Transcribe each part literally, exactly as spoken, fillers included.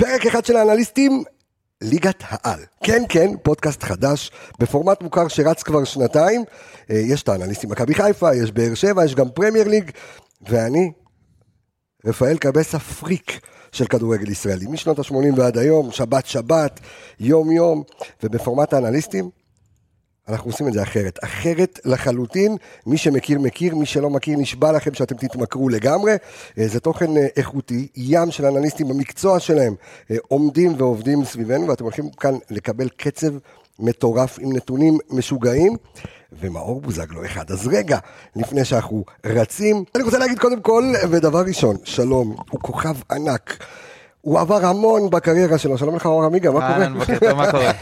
פרק אחד של האנליסטים, ליגת העל. כן, כן, פודקאסט חדש, בפורמט מוכר שרץ כבר שנתיים. יש את האנליסטים מכבי חיפה, יש באר שבע, יש גם פרמייר ליג, ואני, רפאל קבסה, פריק של כדורגל ישראלי. משנות ה-שמונים ועד היום, שבת שבת, יום יום, ובפורמט האנליסטים, אנחנו עושים את זה אחרת. אחרת לחלוטין, מי שמכיר מכיר, מי שלא מכיר נשבע לכם שאתם תתמכרו לגמרי. זה תוכן איכותי, ים של אנליסטים במקצוע שלהם, עומדים ועובדים סביבנו, ואתם הולכים כאן לקבל קצב מטורף עם נתונים משוגעים, ומאור בוזגלו אחד. אז רגע, לפני שאנחנו רצים, אני רוצה להגיד קודם כל, ודבר ראשון, שלום, הוא כוכב ענק. הוא עבר המון בקריירה שלו. שלום לך, מאור עמיגה, מה קורה? בוקר טוב, מה קורה?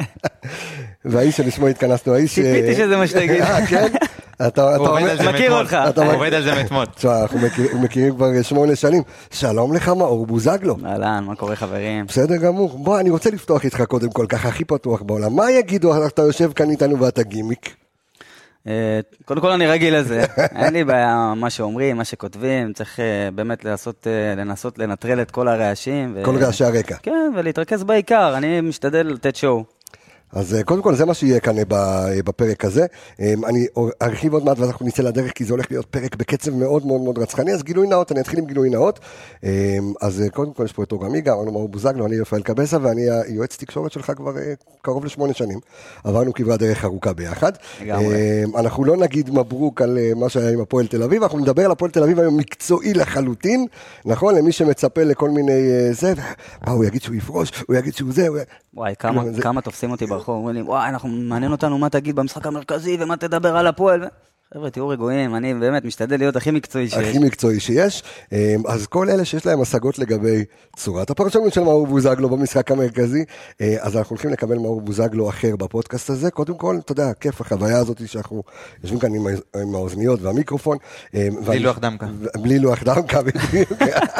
והאיש שלשמו התכנסנו, האיש... ציפיתי שזה מה שתגיד. כן? מכיר אותך. אתה עובד על זה מתמות. תשמע, אנחנו מכירים כבר שמונה שנים. שלום לך, מאור בוזגלו. אהלן, מה קורה חברים? בסדר גמור. בוא, אני רוצה לפתוח איתך קודם כל, ככה הכי פתוח בעולם. מה יגידו, אתה יושב כאן איתנו ואתה גימיק? קודם כל אני רגיל לזה, אין לי בעיה מה שאומרים, מה שכותבים, צריך באמת לנסות לנטרל את כל הרעשים. כל רעשי הרקע. כן, ולהתרכז בעיקר, אני משתדל לתת שואו. אז קודם כל זה מה שיהיה כאן בפרק הזה, אני ארחיב עוד מעט ואז אנחנו נצא לדרך כי זה הולך להיות פרק בקצב מאוד מאוד מאוד רצחני, אז גילוי נאות, אני אתחיל עם גילוי נאות, אז קודם כל יש פה את אור עמיגה, אני מאור בוזגלו, אני רפאל קבסה ואני היועץ תקשורת שלך כבר קרוב לשמונה שנים, עברנו כברת דרך ארוכה ביחד, אנחנו לא נגיד מברוק על מה שהיה עם הפועל תל אביב, אנחנו נדבר על הפועל תל אביב היום מקצועי לחלוטין, נכון? למי שמצפה לכל מיני זה, הוא יגיד שהוא יפרוש, הוא יגיד שהוא זה, וואי, כמה, כמה תופסים אותי ברחוב, אומרים לי, וואי, אנחנו מעניין אותנו מה תגיד במשחק המרכזי, ומה תדבר על הפועל. חבר'ה, תהיו רגועים, אני באמת משתדל להיות הכי מקצועי שיש. הכי מקצועי שיש. אז כל אלה שיש להם השגות לגבי צורת הפרשנות של מאור בוזגלו במשחק המרכזי, אז אנחנו הולכים לקבל מאור בוזגלו אחר בפודקאסט הזה. קודם כל, אתה יודע, כיף החוויה הזאת שאנחנו יושבים כאן עם האוזניות והמיקרופון. בלי לוח דמקה. בלי לוח דמקה, בדיוק.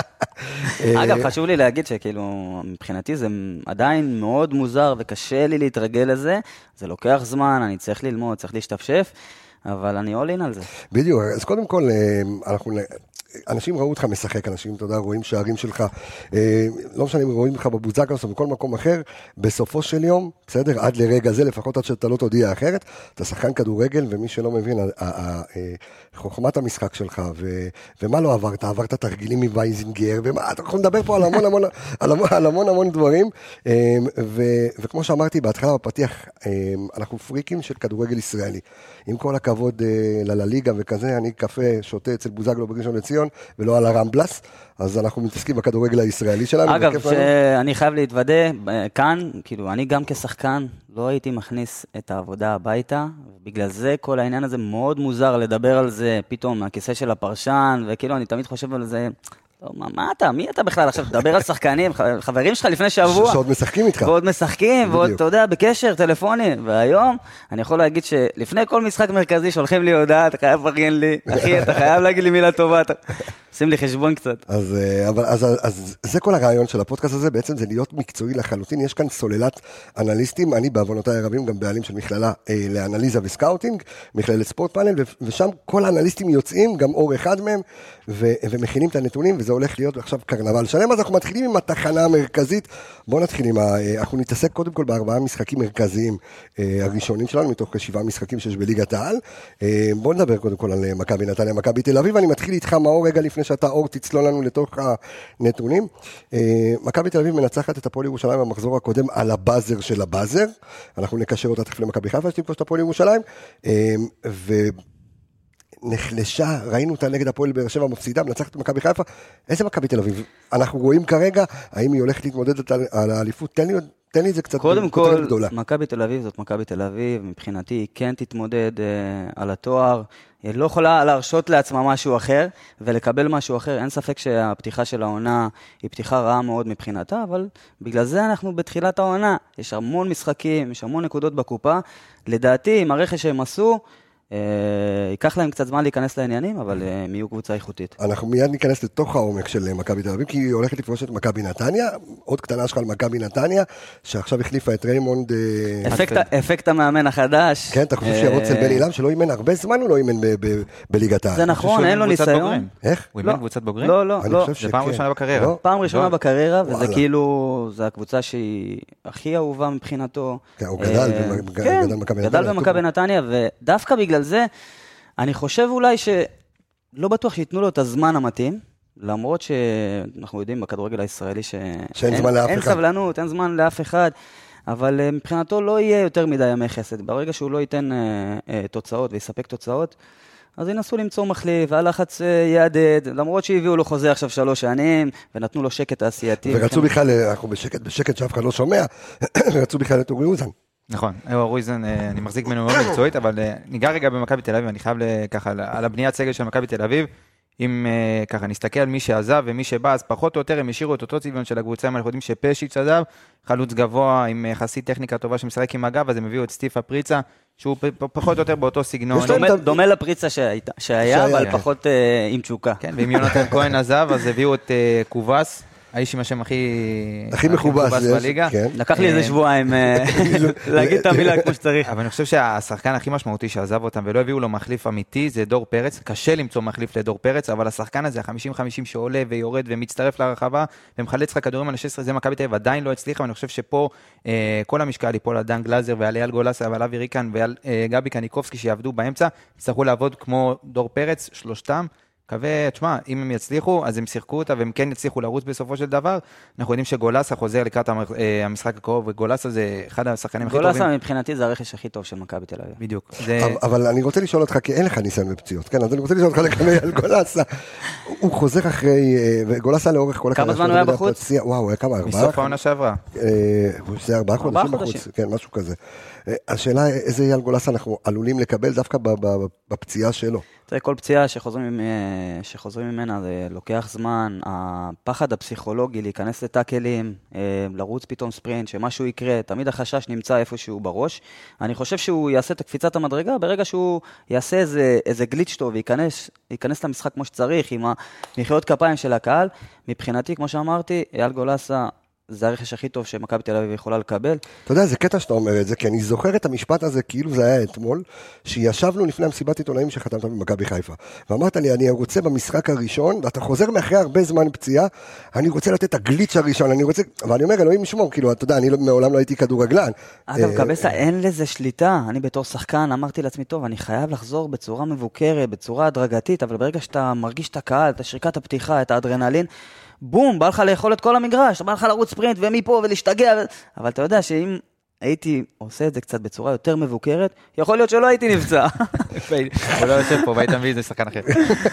אגב, חשוב לי להגיד שכאילו, מבחינתי זה עדיין מאוד מוזר וקשה לי להתרגל לזה. זה לוקח זמן, אני צריך ללמוד, צריך להשתפשף. אבל אני אולין על זה. בדיוק, אז קודם כל, אנחנו, אנשים ראו אותך משחק, אנשים, אתה יודע, רואים שערים שלך, לא משנה אם רואים לך בבוזגלו או בכל מקום אחר, בסופו של יום, בסדר, עד לרגע זה, לפחות עד שאתה לא תודיע אחרת, אתה שחקן כדורגל, ומי שלא מבין, חוכמת המשחק שלך, ומה לא עברת, עברת תרגילים מווייזינגר, ומה, אתה יכול לדבר פה על המון המון, על המון המון דברים, וכמו שאמרתי בהתחלה בפתיח, אנחנו פריקים של כדורגל ישראלי, עם כל הכבוד לליגה וכזה, אני קפה שותה אצל בוזגלו בראשון לציון, ולא על הרמבלס, אז אנחנו מתעסקים בכדורגל הישראלי שלנו. אגב, שאני חייב להתוודא, כאן, כאילו, אני גם כשחקן, לא הייתי מכניס את העבודה הביתה, ובגלל זה כל העניין הזה מאוד מוזר לדבר על זה, פתאום מהכיסא של הפרשן, וכאילו אני תמיד חושב על זה, מה, מה אתה? מי אתה בכלל עכשיו? תדבר על שחקנים, חברים שלך לפני שבוע. שעוד משחקים איתך. ועוד משחקים, ועוד, אתה יודע, בקשר, טלפוני. והיום, אני יכול להגיד שלפני כל משחק מרכזי שולחים לי הודעה, אתה חייב לפרגן לי, אחי, אתה חייב להגיד לי מילה טובה, אתה... שים לי חשבון קצת. אז, אבל, אז, אז זה כל הרעיון של הפודקאסט הזה, בעצם זה להיות מקצועי לחלוטין. יש כאן סוללת אנליסטים, אני בעוונותיי הרבים גם בעלים של מכללה אה, לאנליזה וסקאוטינג, מכללת ספורט פאנל, ושם כל האנליסטים יוצאים, גם אור אחד מהם, ו, ומכינים את הנתונים, וזה הולך להיות עכשיו קרנבל שלם. אז אנחנו מתחילים עם התחנה המרכזית. בואו נתחיל עם, אנחנו נתעסק קודם כל בארבעה משחקים מרכזיים אה, הראשונים שלנו, מתוך כשבעה משחקים שיש בליגת העל. אה, בואו נדבר קודם כל על מכבי נתניה, מכבי תל אביב. אני מתחיל איתך מאור רגע לפני שאתה אור תצלול לנו לתוך הנתונים. מכבי תל אביב מנצחת את הפועל ירושלים במחזור הקודם על הבאזר של הבאזר. אנחנו נקשר אותה תכף למכבי חיפה, שתפגוש את הפועל ירושלים. ונחלשה, ראינו אותה נגד הפועל באר שבע מפסידה, מנצחת את מכבי חיפה. איזה מכבי תל אביב? אנחנו רואים כרגע, האם היא הולכת להתמודד על האליפות? תן לי עוד תן לי את זה קצת קודם כל, מכבי תל אביב זאת מכבי תל אביב, מבחינתי היא כן תתמודד אה, על התואר, היא לא יכולה להרשות לעצמה משהו אחר, ולקבל משהו אחר, אין ספק שהפתיחה של העונה היא פתיחה רעה מאוד מבחינתה, אבל בגלל זה אנחנו בתחילת העונה, יש המון משחקים, יש המון נקודות בקופה, לדעתי עם הרכש שהם עשו, ייקח להם קצת זמן להיכנס לעניינים, אבל הם יהיו קבוצה איכותית. אנחנו מיד ניכנס לתוך העומק של מכבי תל אביב, כי היא הולכת לפגוש את מכבי נתניה, עוד קטנה שלך על מכבי נתניה, שעכשיו החליפה את ריימונד... אפקט המאמן החדש. כן, אתה חושב שירוץ אצל בן אילם, שלא אימן הרבה זמן, הוא לא אימן בליגת העל. זה נכון, אין לו ניסיון. איך? הוא אימן קבוצת בוגרים? לא, לא, לא. זה פעם ראשונה בקריירה. פעם ראשונה בקריירה, וזה כאילו, זו הקבוצה שהיא הכי אהובה מבחינתו. כן, הוא גדל במכבי נתניה. גדל במכבי נתניה, ודווקא בגלל זה, אני חושב אולי שלא בטוח שיתנו לו את הזמן המתאים, למרות שאנחנו יודעים בכדורגל הישראלי שאין זמן לאף אחד. אין סבלנות, אין זמן לאף אחד, אבל מבחינתו לא יהיה יותר מדי ימי חסד. ברגע שהוא לא ייתן תוצאות ויספק תוצאות, אז ינסו למצוא מחליף, והלחץ יעדד, למרות שהביאו לו חוזה עכשיו שלוש שנים, ונתנו לו שקט תעשייתי. ורצו בכלל, אנחנו בשקט, בשקט שאף אחד לא שומע, ורצו בכלל את אורי אוזן. נכון, אורי אוזן, אני מחזיק ממנו מאוד מקצועית, אבל ניגע רגע במכבי תל אביב, אני חייב ככה, על הבניית סגל של מכבי תל אביב, אם ככה נסתכל על מי שעזב ומי שבא, אז פחות או יותר הם השאירו את אותו צביון של הקבוצה, אנחנו יודעים שפשיץ' עזב, חלוץ גבוה עם יחסית טכניקה טובה שמשחק עם הגב, אז הם הביאו את סטיפה פריצה, שהוא פחות או יותר באותו סגנון. דומה לפריצה שהיה, אבל פחות עם תשוקה. כן, ואם יונתן כהן עזב, אז הביאו את קובס, האיש עם השם הכי הכי מכובס בליגה. לקח לי איזה שבועיים להגיד את המילה כמו שצריך. אבל אני חושב שהשחקן הכי משמעותי שעזב אותם ולא הביאו לו מחליף אמיתי זה דור פרץ. קשה למצוא מחליף לדור פרץ, אבל השחקן הזה, ה-חמישים חמישים שעולה ויורד ומצטרף לרחבה ומחלץ לך כדורים על ה-שש עשרה, זה מכבי תל אביב עדיין לא הצליחה, ואני חושב שפה כל המשקל ייפול על דן גלאזר ועל אייל גולסה ועל אבי ריקן ועל גבי קניקובסקי שיעבדו באמצע, יצטרכו לעבוד כמו דור פרץ, שלושתם. מקווה, תשמע, אם הם יצליחו, אז הם שיחקו אותה, והם כן יצליחו לרוץ בסופו של דבר. אנחנו יודעים שגולסה חוזר לקראת המשחק הקרוב, וגולסה זה אחד השחקנים הכי טובים. גולסה מבחינתי זה הרכש הכי טוב של מכבי תל אביב. בדיוק. אבל אני רוצה לשאול אותך, כי אין לך ניסיון בפציעות, כן? אז אני רוצה לשאול אותך לגבי על גולסה. הוא חוזר אחרי, וגולסה לאורך כל כמה זמן הוא היה בחוץ? וואו, הוא היה כמה, ארבעה? מסוף העונה שעברה. זה ארבעה חודשים בחוץ, כן, משהו כזה. השאלה איזה אייל גולסה אנחנו עלולים לקבל דווקא בפציעה שלו. תראה, כל פציעה שחוזרים, שחוזרים ממנה זה לוקח זמן, הפחד הפסיכולוגי להיכנס לטאקלים, לרוץ פתאום ספרינט, שמשהו יקרה, תמיד החשש נמצא איפשהו בראש. אני חושב שהוא יעשה את קפיצת המדרגה, ברגע שהוא יעשה איזה, איזה גליץ' טוב וייכנס, ייכנס למשחק כמו שצריך, עם המחיאות כפיים של הקהל. מבחינתי, כמו שאמרתי, אייל גולסה, זה הרכש הכי טוב שמכבי תל אביב יכולה לקבל. אתה יודע, זה קטע שאתה אומר את זה, כי אני זוכר את המשפט הזה, כאילו זה היה אתמול, שישבנו לפני המסיבת עיתונאים שחתמת במכבי חיפה, ואמרת לי, אני רוצה במשחק הראשון, ואתה חוזר מאחרי הרבה זמן פציעה, אני רוצה לתת את הגליץ' הראשון, אני רוצה, ואני אומר, אלוהים שמור, כאילו, אתה יודע, אני מעולם לא הייתי כדורגלן. אגב, קבסה, אין לזה שליטה, אני בתור שחקן, אמרתי לעצמי, טוב, אני חייב לחזור בצורה מבוקרת, בצורה הדרגתית, אבל ברגע שאתה מרגיש את הקהל, את שריקת הפתיחה, את האדרנלין, בום, בא לך לאכול את כל המגרש, בא לך לרוץ ספרינט ומפה ולהשתגע, אבל אתה יודע שאם הייתי עושה את זה קצת בצורה יותר מבוקרת, יכול להיות שלא הייתי נפצע. הוא לא יושב פה, והיית מביא, זה שחקן אחר.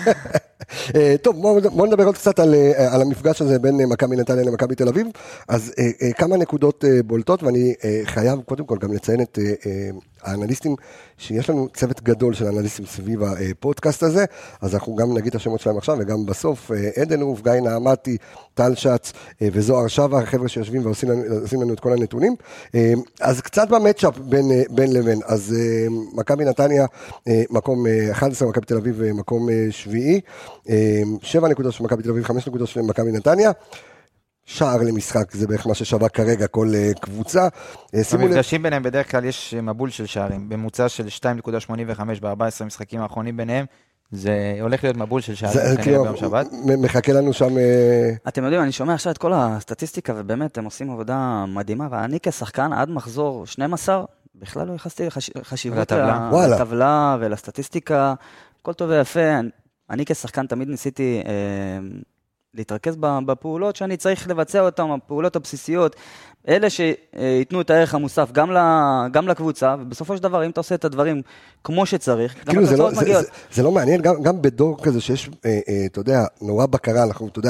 טוב, בואו נדבר עוד קצת על, על המפגש הזה בין מכבי נתניה למכבי תל אביב. אז כמה נקודות בולטות, ואני חייב קודם כל גם לציין את האנליסטים, שיש לנו צוות גדול של אנליסטים סביב הפודקאסט הזה, אז אנחנו גם נגיד את השמות שלהם עכשיו, וגם בסוף, עדן רוף, גיא נעמתי, טל שץ וזוהר שווה, החבר'ה שיושבים ועושים לנו, לנו את כל הנתונים. אז קצת במצ'אפ בין, בין לבין, אז מכבי נתניה מקום אחת עשרה, מכבי תל אביב מקום שביעי, שבע נקודות של מכבי תל אביב, חמש נקודות של מכבי נתניה, שער למשחק, זה בערך מה ששווה כרגע כל קבוצה. המפגשים ביניהם בדרך כלל יש מבול של שערים, בממוצע של שתיים נקודה שמונים וחמש ב-ארבעה עשר משחקים האחרונים ביניהם, זה הולך להיות מבול של שערים ביום שבת. מחכה לנו שם... אתם יודעים, אני שומע עכשיו את כל הסטטיסטיקה, ובאמת הם עושים עבודה מדהימה, ואני כשחקן עד מחזור שנים עשר, בכלל לא יחסתי חשיבות לטבלה ולסטטיסטיקה, כל טוב ויפה. אני כשחקן תמיד ניסיתי להתרכז בפעולות שאני צריך לבצע אותן, הפעולות הבסיסיות, אלה שיתנו את הערך המוסף גם, גם לקבוצה, ובסופו של דבר, אם אתה עושה את הדברים כמו שצריך, גם התוצאות מגיעות. זה, זה, זה לא מעניין, גם, גם בדור כזה שיש, אה, אה, אתה יודע, נורא בקרה, אנחנו, אתה יודע,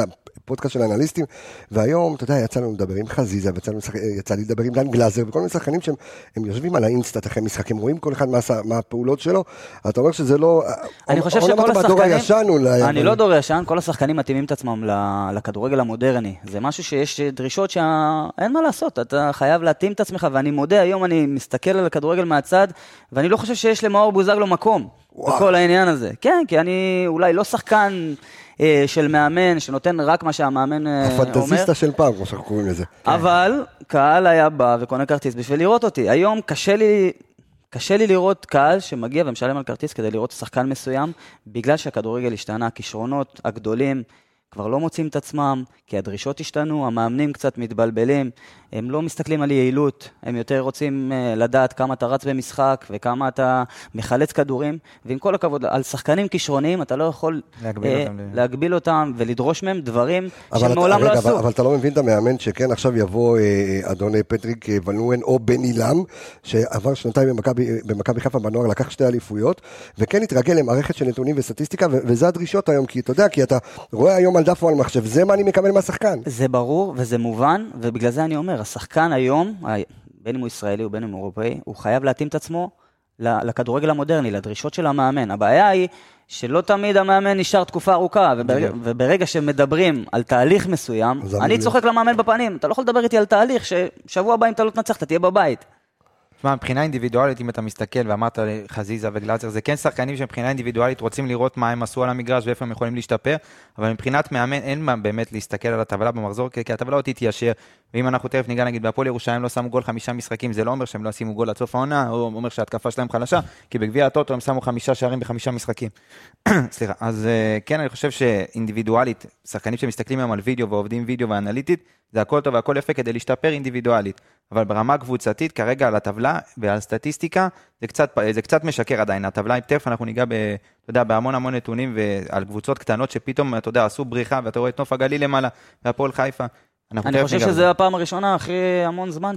פודקאסט של אנליסטים, והיום, אתה יודע, יצא לנו לדבר עם חזיזה, ויצא לי לדבר עם דן גלאזר, וכל מיני שחקנים שהם יושבים על האינסטאט אחרי משחק, הם רואים כל אחד מהפעולות שלו, אתה אומר שזה לא... אני חושב שכל השחקנים, אני לא דור ישן, כל השחקנים מתאימים את עצמם לכדורגל המודרני, זה משהו שיש דרישות שאין מה לעשות, אתה חייב להתאים את עצמך, ואני מודה, היום אני מסתכל על הכדורגל מהצד, ואני לא חושב שיש למאור בוזגלו מקום בכל העניין הזה. כן, כי אני אולי לא שחקן אה, של מאמן, שנותן רק מה שהמאמן אה, אומר. הפנטזיסטה של פעם, כמו שאנחנו קוראים לזה. אבל קהל היה בא וקונה כרטיס בשביל לראות אותי. היום קשה לי, קשה לי לראות קהל שמגיע ומשלם על כרטיס כדי לראות שחקן מסוים, בגלל שהכדורגל השתנה, הכישרונות הגדולים, כבר לא מוצאים את עצמם, כי הדרישות השתנו, המאמנים קצת מתבלבלים, הם לא מסתכלים על יעילות, הם יותר רוצים לדעת כמה אתה רץ במשחק, וכמה אתה מחלץ כדורים, ועם כל הכבוד, על שחקנים כישרוניים, אתה לא יכול להגביל, אה, אותם, להגביל אותם, ולדרוש מהם דברים שמעולם לא עשו. אבל, אבל אתה לא מבין את המאמן, שכן עכשיו יבוא אה, אדון פטריק ונואן, או בן אילם, שעבר שנתיים במכבי, במכבי חיפה בנוער, לקח שתי אליפויות, וכן התרגל למערכת של נתונים וסטטיסטיקה, ו- וזה הדרישות היום, כי אתה יודע, כי אתה רואה היום על דף או על מחשב, זה מה אני מקבל מהשחקן. זה ברור וזה מובן, ובגלל זה אני אומר, השחקן היום, בין אם הוא ישראלי או בין אם הוא אירופאי, הוא חייב להתאים את עצמו לכדורגל המודרני, לדרישות של המאמן. הבעיה היא שלא תמיד המאמן נשאר תקופה ארוכה, וברגע, וברגע שמדברים על תהליך מסוים, אני צוחק למאמן בפנים, אתה לא יכול לדבר איתי על תהליך ששבוע הבא אם אתה לא תנצח, אתה תהיה בבית. תשמע, מבחינה אינדיבידואלית, אם אתה מסתכל ואמרת חזיזה וגלאזר, זה כן שחקנים שמבחינה אינדיבידואלית רוצים לראות מה הם עשו על המגרש ואיפה הם יכולים להשתפר, אבל מבחינת מאמן אין מה באמת להסתכל על הטבלה במחזור, כי הטבלה לא תתיישר, ואם אנחנו תכף ניגע נגיד, בהפועל ירושלים לא שמו גול חמישה משחקים, זה לא אומר שהם לא שימו גול עד סוף העונה, או אומר שההתקפה שלהם חלשה, כי בגביע הטוטו הם שמו חמישה שערים בחמישה משחקים. סליחה, אז כן, אני חושב שאינדיבידואלית, שחקנים שמסתכלים היום על וידאו ועובדים וידאו ואנליטית, זה הכל טוב והכל יפה כדי להשתפר אינדיבידואלית. אבל ברמה קבוצתית, כרגע על הטבלה ועל סטטיסטיקה, זה קצת, זה קצת משקר עדיין. הטבלה, תכף אנחנו ניגע ב, אתה יודע, בהמון המון נתונים ועל קבוצות קטנות שפתאום, אתה יודע, עשו בריחה, ואתה רואה את נוף הגליל למעלה, והפועל חיפה. אני חושב שזה הפעם הראשונה אחרי המון זמן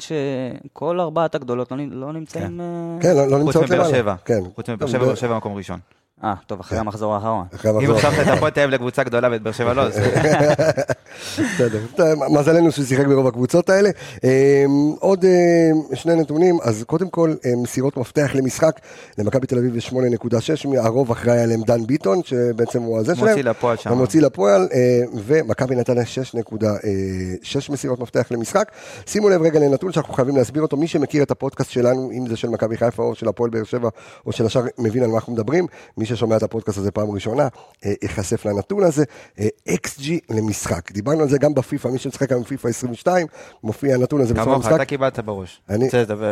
שכל ארבעת הגדולות לא נמצאים... כן, לא נמצאות למעלה. חוץ מבאר שבע. חוץ מבאר שבע, באר שבע מקום ראשון. אה, טוב, אחרי המחזור האחרון. אם עכשיו אתה פה תאהב לקבוצה גדולה ואת באר שבע לא, אז... בסדר, מזלנו ששיחק ברוב הקבוצות האלה. עוד שני נתונים, אז קודם כל, מסירות מפתח למשחק, למכבי תל אביב שמונה נקודה שש, הרוב אחראי עליהם דן ביטון, שבעצם הוא הזה שלהם. מוציא לפועל שם. מוציא לפועל, ומכבי נתן שש נקודה שש מסירות מפתח למשחק. שימו לב רגע לנתון שאנחנו חייבים להסביר אותו, מי שמכיר את הפודקאסט שלנו, אם זה של מכבי חיפה או של הפועל באר שבע, או של השאר, מבין על מה אנחנו מדברים. מי ששומע את הפודקאסט הזה פעם ראשונה, יחשף לנתון הזה, אקס ג'י למשחק. דיברנו על זה גם בפיפה, מי שמשחק היום פיפה עשרים ושתיים, מופיע הנתון הזה בצורה משחק. אתה קיבלת בראש. אני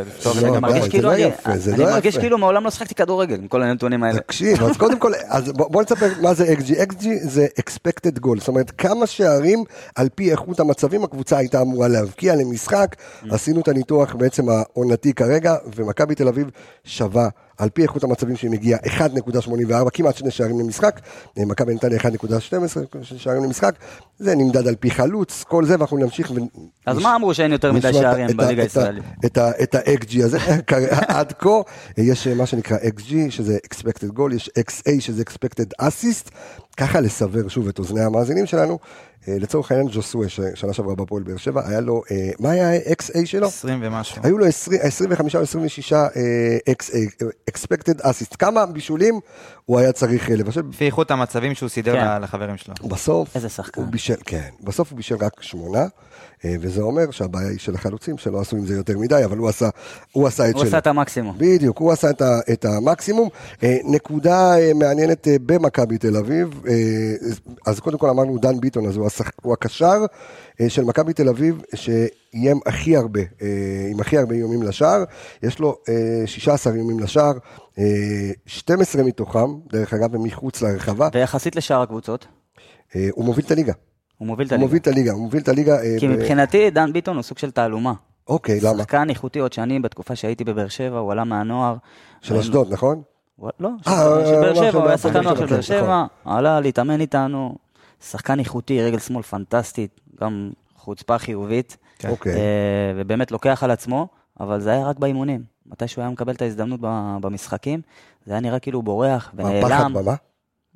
מרגיש כאילו מעולם לא שחקתי כדורגל עם כל הנתונים האלה. תקשיב, אז קודם כל, בוא נספר מה זה אקס ג'י. אקס ג'י זה expected goal, זאת אומרת, כמה שערים על פי איכות המצבים הקבוצה הייתה אמורה להבקיע למשחק. עשינו את הניתוח בעצם העונתי כרגע, ומכבי תל אביב שווה על פי איכות המצבים שהיא מגיעה אחת נקודה שמונים וארבע, כמעט שני שערים למשחק, מכבי נתניה אחת נקודה שתים עשרה שערים למשחק, זה נמדד על פי חלוץ, כל זה, ואנחנו נמשיך. אז מה אמרו שאין יותר מדי שערים בליגה הישראלית? את ה-אקס ג'י הזה, עד כה, יש מה שנקרא אקס ג'י, שזה expected goal, יש אקס איי, שזה expected assist, ככה לסבר שוב את אוזני המאזינים שלנו, לצורך העניין ג'וסווה, ששנה שעברה בפועל באר שבע, היה לו, מה היה ה-אקס איי שלו? עשרים ומשהו. היו לו עשרים וחמישה או עשרים ושישה אקס איי, expected assist. כמה בישולים הוא היה צריך לבשל? לפי איכות המצבים שהוא סידר לחברים שלו. בסוף, איזה שחקן. הוא בישל, כן, בסוף הוא בישל רק שמונה, וזה אומר שהבעיה היא של החלוצים, שלא עשו עם זה יותר מדי, אבל הוא עשה, הוא עשה את שלו. הוא עשה את המקסימום. בדיוק, הוא עשה את המקסימום. נקודה מעניינת במכבי תל אביב, אז קודם כל אמרנו דן ביטון, אז הוא הקשר של מכבי תל אביב, שאיים הכי הרבה, עם הכי הרבה איומים לשער, יש לו שישה עשר איומים לשער, שתים עשרה מתוכם, דרך אגב, מחוץ לרחבה. ויחסית לשאר הקבוצות? הוא מוביל את הליגה. הוא מוביל את הליגה. הוא מוביל את הליגה, הוא מוביל את הליגה. כי מבחינתי דן ביטון הוא סוג של תעלומה. אוקיי, למה? שחקן איכותי עוד שאני בתקופה שהייתי בבאר שבע, הוא עלה מהנוער. של אשדוד, נכון? לא, של באר שבע, הוא היה שחקן נוער של באר שבע, עלה להתאמן איתנו, שחקן איכותי, רגל שמאל פנטסטית, גם חוצפה חיובית, ובאמת לוקח על עצמו, אבל זה היה רק באימונים. מתי שהוא היה מקבל את ההזדמנות במשחקים, זה היה נראה כאילו בורח ונעלם. הפחד במה?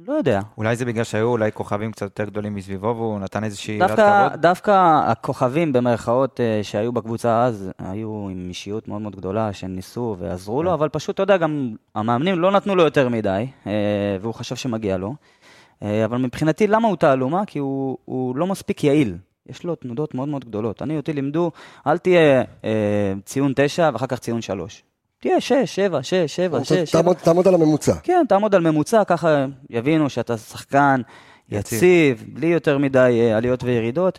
לא יודע. אולי זה בגלל שהיו אולי כוכבים קצת יותר גדולים מסביבו, והוא נתן איזושהי יראת דווקא, כבוד? דווקא הכוכבים במרכאות שהיו בקבוצה אז, היו עם אישיות מאוד מאוד גדולה, שניסו ועזרו לו, אבל פשוט, אתה יודע, גם המאמנים לא נתנו לו יותר מדי, והוא חשב שמגיע לו. אבל מבחינתי, למה הוא תעלומה? כי הוא, הוא לא מספיק יעיל. יש לו תנודות מאוד מאוד גדולות. אני אותי לימדו, אל תהיה ציון תשע ואחר כך ציון שלוש. תהיה שש, שבע, שש, שבע, שש, שבע. תעמוד על הממוצע. כן, תעמוד על ממוצע, ככה יבינו שאתה שחקן יציב, בלי יותר מדי עליות וירידות,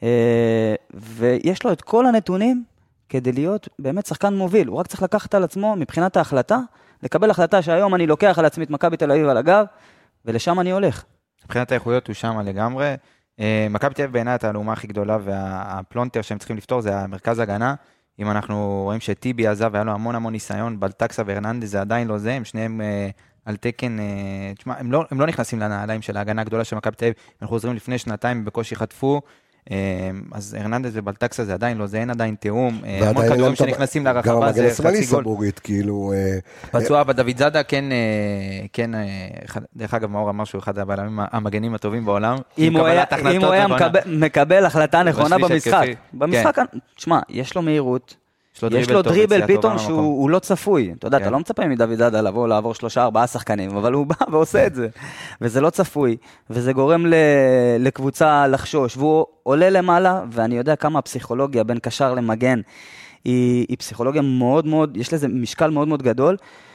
ויש לו את כל הנתונים כדי להיות באמת שחקן מוביל. הוא רק צריך לקחת על עצמו, מבחינת ההחלטה, לקבל החלטה שהיום אני לוקח על עצמי את מכבי תל אביב על הגב, ולשם אני הולך. מבחינת האיכויות הוא שם לגמרי. מכבי תל אביב בעיניי התעלומה הכי גדולה, והפלונטר שהם צריכים לפתור זה המרכז הגנה. אם אנחנו רואים שטיבי עזב, והיה לו המון המון ניסיון, בלטקסה והרננדז זה עדיין לא זה, הם שניהם אה, על תקן, אה, תשמע, הם לא, הם לא נכנסים לנעליים של ההגנה הגדולה של מכבי תל אביב, הם חוזרים לפני שנתיים, בקושי חטפו, אה, אז הרננדז ובלטקסה זה עדיין לא זה, אין עדיין תיאום, אה, המון כדורים שנכנסים לרחבה, זה חצי גול. סבורית, כאילו... פצוע, אבל דוד זאדה כן, אה, כן, אה, דרך אגב, מאור אמר שהוא אחד הבעלמים המגנים הטובים בעולם. אם הוא היה, אם הוא היה מקבל, מקבל החלטה נכונה במשחק, במשחק, תשמע, יש לו מהירות, יש לו דריבל פתאום שהוא לא צפוי. אתה יודע, אתה לא מצפה מדוד זאדה לבוא, לעבור שלושה, ארבעה שחקנים, אבל הוא בא ועושה את זה. וזה לא צפוי, וזה גורם לקבוצה לחשוש, והוא עולה למעלה, ואני יודע כמה הפסיכולוגיה בין קשר למגן, היא פסיכולוגיה מאוד מאוד, יש לזה משקל מאוד מאוד גדול,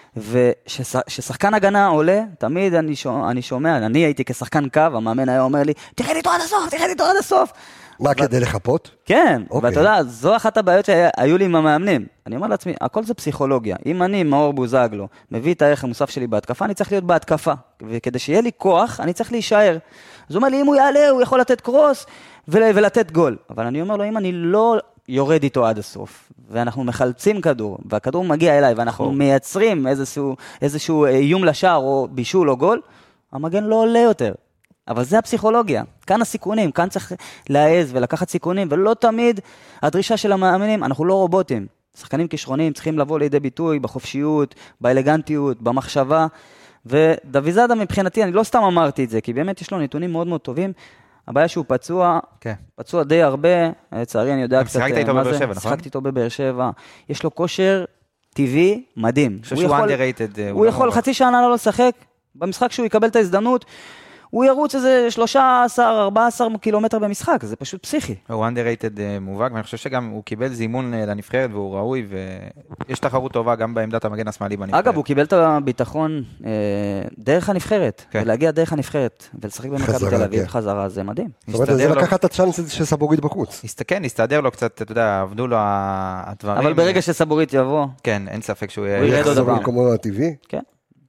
וששחקן הגנה עולה, תמיד אני שומע, אני הייתי כשחקן קו, המאמן היה אומר לי, תראה איתו עד הסוף, תראה איתו עד הסוף. מה, כדי לחפות? כן, ואתה יודע, זו אחת הבעיות שהיו לי עם המאמנים. אני אומר לעצמי, הכל זה פסיכולוגיה. אם אני, מאור בוזגלו, מביא את הערך המוסף שלי בהתקפה, אני צריך להיות בהתקפה. וכדי שיהיה לי כוח, אני צריך להישאר. אז הוא אומר לי, אם הוא יעלה, הוא יכול לתת קרוס ולתת גול. אבל אני אומר לו, אם אני לא יורד איתו עד הסוף, ואנחנו מחלצים כדור, והכדור מגיע אליי, ואנחנו מייצרים איזשהו, איזשהו איום לשער או בישול או גול, המגן לא עולה יותר. אבל זה הפסיכולוגיה, כאן הסיכונים, כאן צריך להעז ולקחת סיכונים, ולא תמיד הדרישה של המאמנים, אנחנו לא רובוטים, שחקנים כישרוניים צריכים לבוא לידי ביטוי בחופשיות, באלגנטיות, במחשבה, ודוד זאדה מבחינתי, אני לא סתם אמרתי את זה, כי באמת יש לו נתונים מאוד מאוד טובים, הבעיה שהוא פצוע, okay. פצוע די הרבה, לצערי אני יודע קצת מה זה, שבע, נכון? שחקתי איתו בבאר שבע, יש לו כושר טבעי מדהים, הוא יכול, הוא, הוא יכול חצי שנה לא לשחק, במשחק שהוא יקבל את ההזדמנות, הוא ירוץ איזה שלושה עשר, ארבעה עשר קילומטר במשחק, זה פשוט פסיכי. הוא underrated מובהק, ואני חושב שגם הוא קיבל זימון לנבחרת, והוא ראוי, ויש תחרות טובה גם בעמדת המגן השמאלי בנבחרת. אגב, הוא קיבל את הביטחון דרך הנבחרת, ולהגיע דרך הנבחרת, ולשחק במכבי תל אביב, חזרה, זה מדהים. זאת אומרת, זה לקחת את הצ'אנס של סבורית בחוץ. כן, הסתדר לו קצת, אתה יודע, עבדו לו הדברים. אבל ברגע שסבורית יבוא, כן, אין ספק שהוא ירד עוד דבר. כמו הטבעי. כן.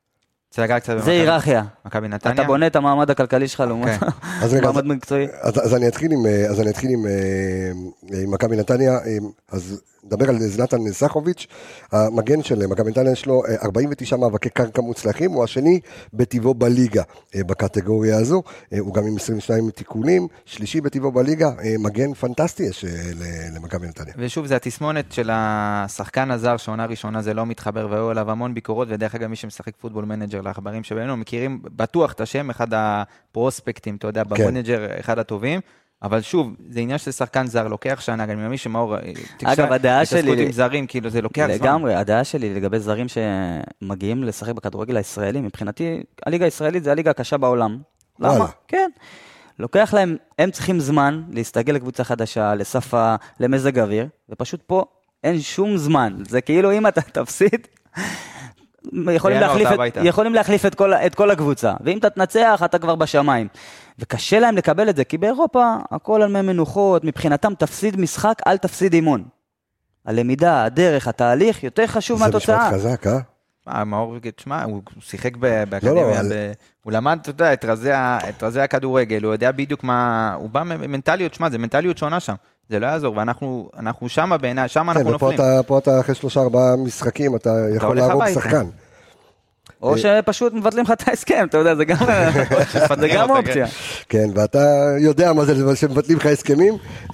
זה היררכיה. מכבי נתניה. אתה בונה את המעמד הכלכלי שלך לעומת מעמד מקצועי. אז אני אתחיל עם, אז אני אתחיל עם, עם מכבי נתניה, אז נדבר על זלטן סחוביץ', המגן של מכבי נתניה יש לו ארבעים ותשעה מאבקי קרקע מוצלחים, הוא השני בטבעו בליגה בקטגוריה הזו, הוא גם עם עשרים ושניים תיקולים, שלישי בטבעו בליגה, מגן פנטסטי יש למכבי נתניה. ושוב, זה התסמונת של השחקן הזר, שעונה ראשונה זה לא מתחבר, והיו עליו המון ביקורות, ודרך אגב מי שמשחק פוטבול מנג'ר לחברים שבינינו, מכירים בטוח את השם, אחד הפרוספקטים, אתה יודע, במנג'ר אחד הטובים, אבל שוב, זה עניין של שחקן זר, לוקח שנה, גם ממי שמאור, אגב, הדעה שלי, עם זרים, כאילו זה לוקח זמן. לגמרי, הדעה שלי לגבי זרים שמגיעים לשחק בכדורגל הישראלי, מבחינתי, הליגה הישראלית זה הליגה הקשה בעולם. למה? כן. לוקח להם, הם צריכים זמן להסתגל לקבוצה חדשה, לשפה, למזג אוויר, ופשוט פה אין שום זמן. זה כאילו אם אתה תפסיד, יכולים להחליף, את, יכולים להחליף את, כל, את כל הקבוצה, ואם אתה תנצח, אתה כבר בשמיים. וקשה להם לקבל את זה, כי באירופה, הכל על מי מנוחות, מבחינתם תפסיד משחק, אל תפסיד אימון. הלמידה, הדרך, התהליך, יותר חשוב מהתוצאה. זה משפט חזק, אה? מאור, תשמע, הוא שיחק באקדמיה, הוא למד, אתה יודע, את רזי הכדורגל, הוא יודע בדיוק מה, הוא בא ממנטליות, תשמע, זה מנטליות שונה שם. זה לא יעזור, ואנחנו, אנחנו שמה בעיניי, שמה אנחנו נופלים. כן, ופה אתה אחרי שלושה ארבעה משחקים, אתה יכול להרוג שחקן. או שפשוט מבטלים לך את ההסכם, אתה יודע, זה גם, זה גם אופציה. כן, ואתה יודע מה זה, שמבטלים לך הסכמים,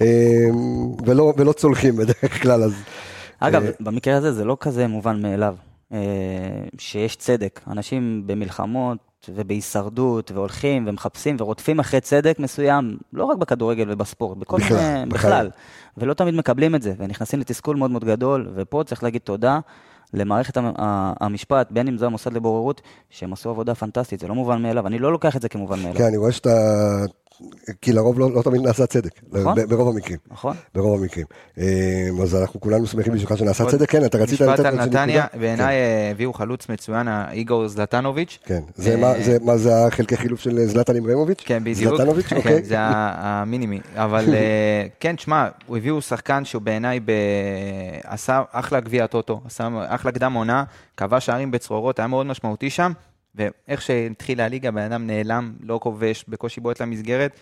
ולא, ולא צולחים בדרך כלל, אז... אגב, במקרה הזה זה לא כזה מובן מאליו, שיש צדק. אנשים במלחמות ובהישרדות, והולכים ומחפשים ורודפים אחרי צדק מסוים, לא רק בכדורגל ובספורט, בכל בכלל, מיני, בכלל. ולא תמיד מקבלים את זה, ונכנסים לתסכול מאוד מאוד גדול, ופה צריך להגיד תודה למערכת המשפט, בין אם זה המוסד לבוררות, שהם עשו עבודה פנטסטית, זה לא מובן מאליו, אני לא לוקח את זה כמובן מאליו. כן, אני רואה שאתה... כי לרוב לא, לא תמיד נעשה צדק, נכון? ברוב המקרים. נכון. ברוב המקרים. אז אנחנו כולנו שמחים בשבילך שנעשה צדק, כן, אתה רצית לתת... משפט על נתניה, בעיניי הביאו חלוץ מצוין, איגור זלטנוביץ'. כן, זה מה זה החלקי חילוף של זלטן איברהימוביץ'? כן, בדיוק. זלטנוביץ', אוקיי. זה המינימי, אבל כן, תשמע, הוא הביאו שחקן שהוא בעיניי עשה אחלה גביע טוטו, עשה אחלה קדם עונה, קבע שערים בצרורות, היה מאוד משמעותי שם. ואיך שהתחילה הליגה, בן אדם נעלם, לא כובש, בקושי בועט למסגרת.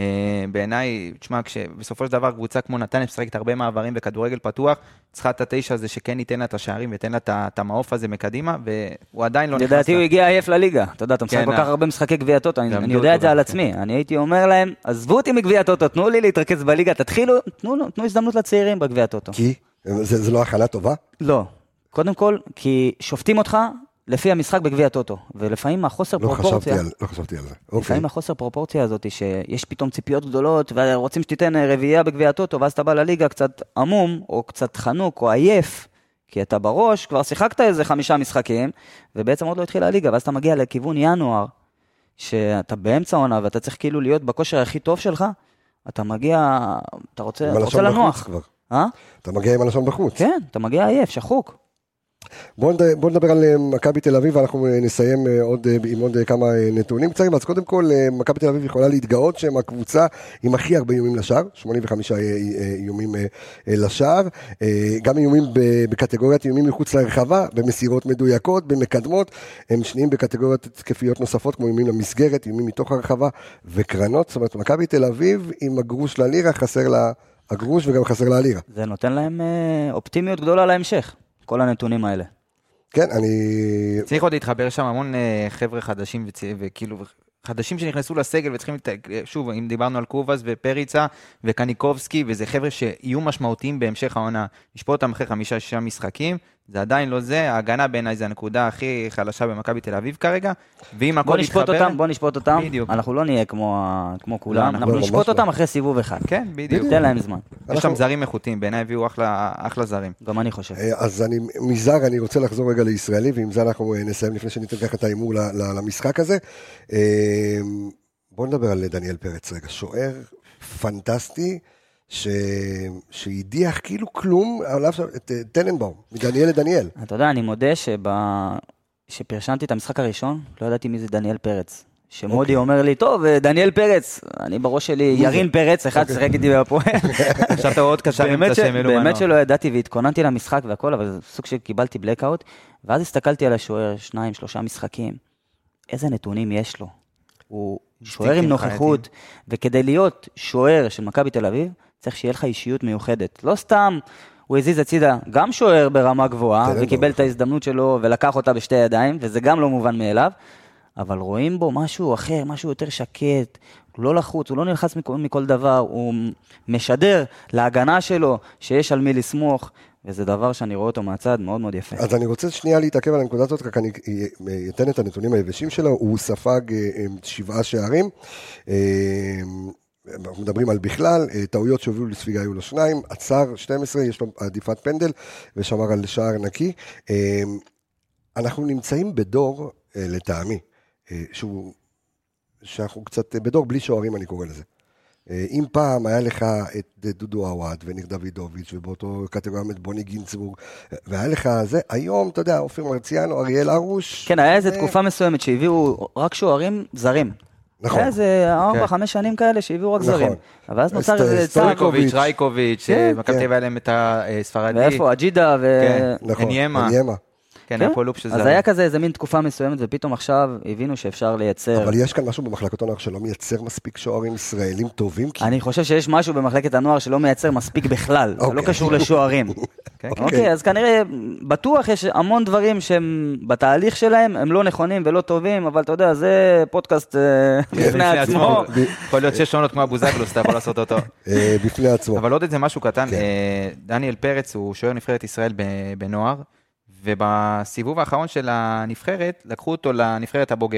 בעיניי, תשמע, בסופו של דבר, קבוצה כמו נתניה, משחקת הרבה מעברים וכדורגל פתוח, צריכה את התשע הזה שכן ייתן לה את השערים, ותן לה את המעוף הזה מקדימה, והוא עדיין לא נכנס. לדעתי הוא הגיע עייף לליגה. אתה יודע, אתה משחק כל כך הרבה משחקי גביע טוטו, אני יודע את זה על עצמי. אני הייתי אומר להם, עזבו אותי מגביע טוטו, תנו לי להתרכז בליגה, תתחילו, תנו הזדמנות לצעירים בגביע טוטו. כי? זה לא הכנה טובה? לא. קודם כל, כי שופטים אותך לפי המשחק בגביע טוטו, ולפעמים החוסר לא פרופורציה... חשבתי על, לא חשבתי על זה. לפעמים החוסר פרופורציה הזאת, שיש פתאום ציפיות גדולות, ורוצים שתיתן רביעייה בגביע טוטו, ואז אתה בא לליגה קצת עמום, או קצת חנוק, או עייף, כי אתה בראש, כבר שיחקת איזה חמישה משחקים, ובעצם עוד לא התחילה הליגה, ואז אתה מגיע לכיוון ינואר, שאתה באמצע עונה, ואתה צריך כאילו להיות בכושר הכי טוב שלך, אתה מגיע, אתה רוצה, אתה רוצה לנוח. אה? אתה מגיע עם הלשון בחוץ. כן, אתה מגיע עייף, שחוק. בואו נדבר על מכבי תל אביב, ואנחנו נסיים עוד, עם עוד כמה נתונים קצרים. אז קודם כל, מכבי תל אביב יכולה להתגאות שהם הקבוצה עם הכי הרבה איומים לשער, שמונים וחמישה איומים לשער, גם איומים בקטגוריית איומים מחוץ לרחבה, במסירות מדויקות, במקדמות, הם שניים בקטגוריות תקפיות נוספות, כמו איומים למסגרת, איומים מתוך הרחבה וקרנות. זאת אומרת, מכבי תל אביב עם הגרוש ללירה, חסר לה הגרוש וגם חסר לה הלירה. זה נותן להם אופטימיות גדולה להמשך. כל הנתונים האלה. כן, אני... צריך עוד להתחבר שם המון חבר'ה חדשים, וכאילו, חדשים שנכנסו לסגל, וצריכים, שוב, אם דיברנו על קובס ופריצה וקניקובסקי, וזה חבר'ה שיהיו משמעותיים בהמשך העונה, לשפוט אותם אחרי חמישה, שישה משחקים, זה עדיין לא זה, ההגנה בעיניי זה הנקודה הכי חלשה במכבי תל אביב כרגע, ואם הכל יתחבר... בוא נשפוט אותם, אנחנו לא נהיה כמו כולם, אנחנו נשפוט אותם אחרי סיבוב אחד. כן, בדיוק. תן להם זמן. יש שם זרים איכותיים, בעיניי הביאו אחלה זרים. גם אני חושב. אז אני, מזר, אני רוצה לחזור רגע לישראלי, ועם זה אנחנו נסיים לפני שניתן ככה את האימור למשחק הזה. בואו נדבר על דניאל פרץ רגע, שוער פנטסטי, ש... שהדיח כאילו כלום, עליו את טננבאום, מדניאל לדניאל. אתה יודע, אני מודה שב... שפרשנתי את המשחק הראשון, לא ידעתי מי זה דניאל פרץ. שמודי אומר לי, טוב, דניאל פרץ, אני בראש שלי, ירין פרץ, אחד שחק איתי בהפועל. עכשיו אתה עוד קשר עם תשם אלו באמת שלא ידעתי והתכוננתי למשחק והכל, אבל זה סוג שקיבלתי בלקאוט, ואז הסתכלתי על השוער, שניים, שלושה משחקים, איזה נתונים יש לו. הוא שוער עם נוכחות, וכדי להיות שוער של מכבי תל אביב, צריך שיהיה לך אישיות מיוחדת. לא סתם הוא הזיז הצידה, גם שוער ברמה גבוהה, וקיבל את ההזדמנות שלו ולקח אותה בשתי ידיים, וזה גם לא מובן מאליו, אבל רואים בו משהו אחר, משהו יותר שקט, הוא לא לחוץ, הוא לא נלחץ מכל, מכל דבר, הוא משדר להגנה שלו שיש על מי לסמוך, וזה דבר שאני רואה אותו מהצד מאוד מאוד יפה. אז אני רוצה שנייה להתעכב על הנקודה הזאת, רק אני אתן את הנתונים היבשים שלו, הוא ספג שבעה שערים, אנחנו מדברים על בכלל, טעויות שהובילו לספיגה היו לו שניים, עצר שתים עשרה, יש לו עדיפת פנדל, ושמר על שער נקי. אנחנו נמצאים בדור, לטעמי, שהוא, שאנחנו קצת בדור בלי שוערים, אני קורא לזה. אם פעם היה לך את דודו עווד וניר דוידוביץ' ובאותו קטגוריה את בוני גינצבורג, והיה לך זה, היום, אתה יודע, אופיר מרציאנו, אריאל ארוש. כן, היה איזו תקופה מסוימת שהביאו רק שוערים זרים. נכון. היה איזה ארבע, חמש שנים כאלה שהביאו רק זרים. אבל אז נוצר איזה סטויקוביץ', רייקוביץ', מכבי תל אביב היה להם את הספרדי. ואיפה, אג'ידה ואניימה. כן, היה פה לופ שזה... אז היה כזה איזה מין תקופה מסוימת, ופתאום עכשיו הבינו שאפשר לייצר... אבל יש כאן משהו במחלקות הנוער שלא מייצר מספיק שוערים ישראלים טובים? אני חושב שיש משהו במחלקת הנוער שלא מייצר מספיק בכלל, זה לא קשור לשוערים. אוקיי, אז כנראה, בטוח יש המון דברים שהם בתהליך שלהם, הם לא נכונים ולא טובים, אבל אתה יודע, זה פודקאסט בפני עצמו. יכול להיות שיש שונות כמו אבוזגלוס, אתה יכול לעשות אותו. בפני עצמו. אבל עוד איזה משהו קטן, דניאל פרץ הוא שוער נבחרת ישראל בנוער, ובסיבוב האחרון של הנבחרת, לקחו אותו לנבחרת הבוגרת.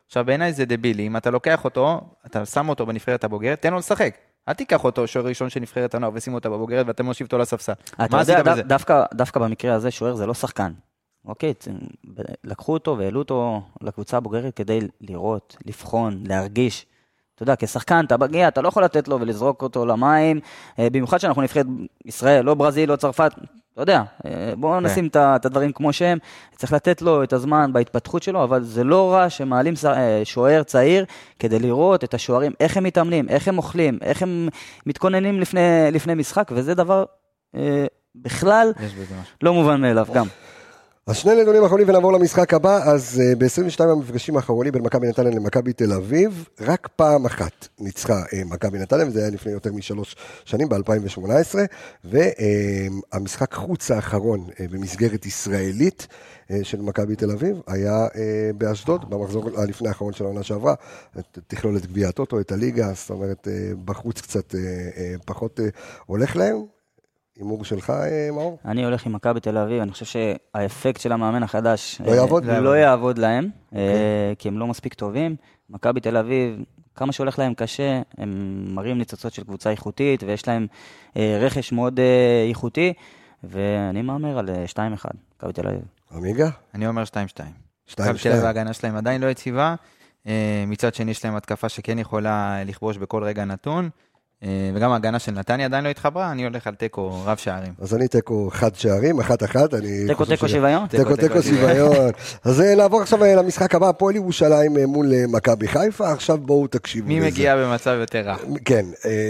עכשיו, בעיניי זה דבילי, אם אתה לוקח אותו, אתה שם אותו בנבחרת הבוגרת, תן לו לשחק. אל תיקח אותו שוער ראשון של נבחרת הנוער, ושים אותה בבוגרת, ואתה מושיב אותו לספסל. אתה יודע, דווקא, דווקא במקרה הזה, שוער זה לא שחקן. אוקיי, לקחו אותו והעלו אותו לקבוצה הבוגרת כדי לראות, לבחון, להרגיש. אתה יודע, כשחקן, אתה מגיע, אתה לא יכול לתת לו ולזרוק אותו למים, במיוחד שאנחנו נבחרת ישראל, לא ברזיל, לא צרפת, אתה יודע, בואו נשים את הדברים כמו שהם, צריך לתת לו את הזמן בהתפתחות שלו, אבל זה לא רע שמעלים שוער צעיר, כדי לראות את השוערים, איך הם מתאמנים, איך הם אוכלים, איך הם מתכוננים לפני, לפני משחק, וזה דבר בכלל לא מובן מאליו, גם. אז שני נתונים אחרונים ונעבור למשחק הבא. אז uh, ב-עשרים ושתיים המפגשים האחרונים בין מכבי נתניה למכבי תל אביב, רק פעם אחת ניצחה uh, מכבי נתניה, וזה היה לפני יותר משלוש שנים, ב-אלפיים ושמונה עשרה, והמשחק uh, חוץ האחרון uh, במסגרת ישראלית uh, של מכבי תל אביב, היה uh, באשדוד, במחזור לפני האחרון של העונה שעברה, תכלול את גביע הטוטו, את הליגה, זאת אומרת, uh, בחוץ קצת uh, uh, פחות uh, הולך להם. הימור שלך, מאור? אני הולך עם מכבי תל אביב, אני חושב שהאפקט של המאמן החדש לא יעבוד? לא יעבוד להם, כי הם לא מספיק טובים. מכבי תל אביב, כמה שהולך להם קשה, הם מראים ניצוצות של קבוצה איכותית, ויש להם רכש מאוד איכותי, ואני מאמר על שתיים אחד, מכבי תל אביב. עמיגה? אני אומר שתיים שתיים. מכבי תל אביב ההגנה שלהם עדיין לא יציבה, מצד שני יש להם התקפה שכן יכולה לכבוש בכל רגע נתון, וגם ההגנה של נתניה עדיין לא התחברה, אני הולך על טקו רב שערים. אז אני טקו חד שערים, אחת אחת. טקו טקו שוויון? טקו טקו שוויון. אז נעבור עכשיו למשחק הבא, הפועל ירושלים מול מכבי חיפה, עכשיו בואו תקשיבו לזה. מי מגיע במצב יותר רע? כן.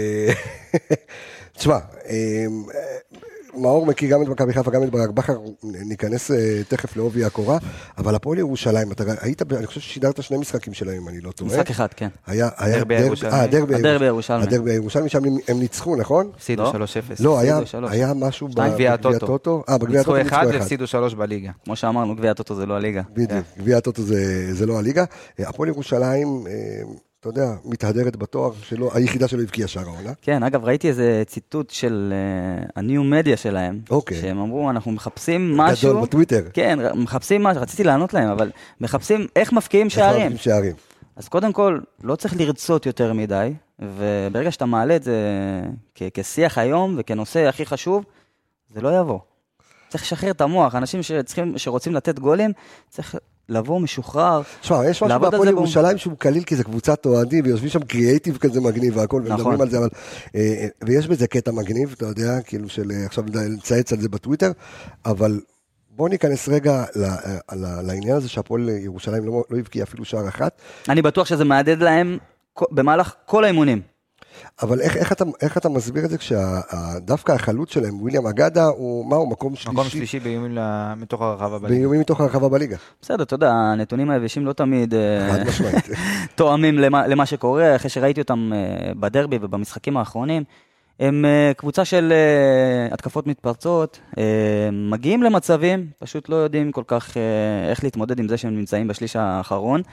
תשמע, מאור מכיר גם את מכבי חיפה, גם את ברק בכר, ניכנס תכף לעובי הקורה, אבל הפועל ירושלים, אתה היית, אני חושב ששידרת שני משחקים שלהם, אני לא טועה. משחק אחד, כן. היה דרבי הירושלמי. הדרבי הירושלמי. הדרבי הירושלמי, שם הם ניצחו, נכון? הפסידו שלוש אפס. לא, היה משהו בגביע הטוטו. אה, בגביע הטוטו ניצחו אחד והפסידו שלוש בליגה. כמו שאמרנו, גביע הטוטו זה לא הליגה. בדיוק, גביע הטוטו זה לא הליגה. הפועל ירושלים, אתה יודע, מתהדרת בתואר שלו, היחידה שלו הבקיעה שער העונה. כן, אגב, ראיתי איזה ציטוט של הניו מדיה שלהם, שהם אמרו, אנחנו מחפשים משהו... גדול בטוויטר. כן, מחפשים משהו, רציתי לענות להם, אבל מחפשים איך מפקיעים שערים. איך מפקיעים שערים. אז קודם כל, לא צריך לרצות יותר מדי, וברגע שאתה מעלה את זה כשיח היום, וכנושא הכי חשוב, זה לא יבוא. צריך לשחרר את המוח, אנשים שצריכים, שרוצים לתת גולים, צריך לבוא משוחרר. תשמע, יש משהו בהפועל ירושלים שהוא קליל, כי זה קבוצת אוהדים, ויושבים שם קריאייטיב כזה מגניב והכל, ומדברים על זה, אבל, ויש בזה קטע מגניב, אתה יודע, כאילו של, עכשיו לצייץ על זה בטוויטר, אבל בוא ניכנס רגע לעניין הזה שהפועל ירושלים לא הבקיע אפילו שער אחת. אני בטוח שזה מעדד להם במהלך כל האימונים. אבל איך, איך, אתה, איך אתה מסביר את זה כשדווקא החלוץ שלהם, וויליאם אגדה, הוא מה, הוא מקום שלישי? מקום שלישי באיומים מתוך הרחבה בליגה. באיומים מתוך הרחבה בליגה. בסדר, אתה יודע, הנתונים היבשים לא תמיד חד משמעית. תואמים למה, למה שקורה, אחרי שראיתי אותם בדרבי ובמשחקים האחרונים, הם קבוצה של התקפות מתפרצות, מגיעים למצבים, פשוט לא יודעים כל כך איך להתמודד עם זה שהם נמצאים בשליש האחרון,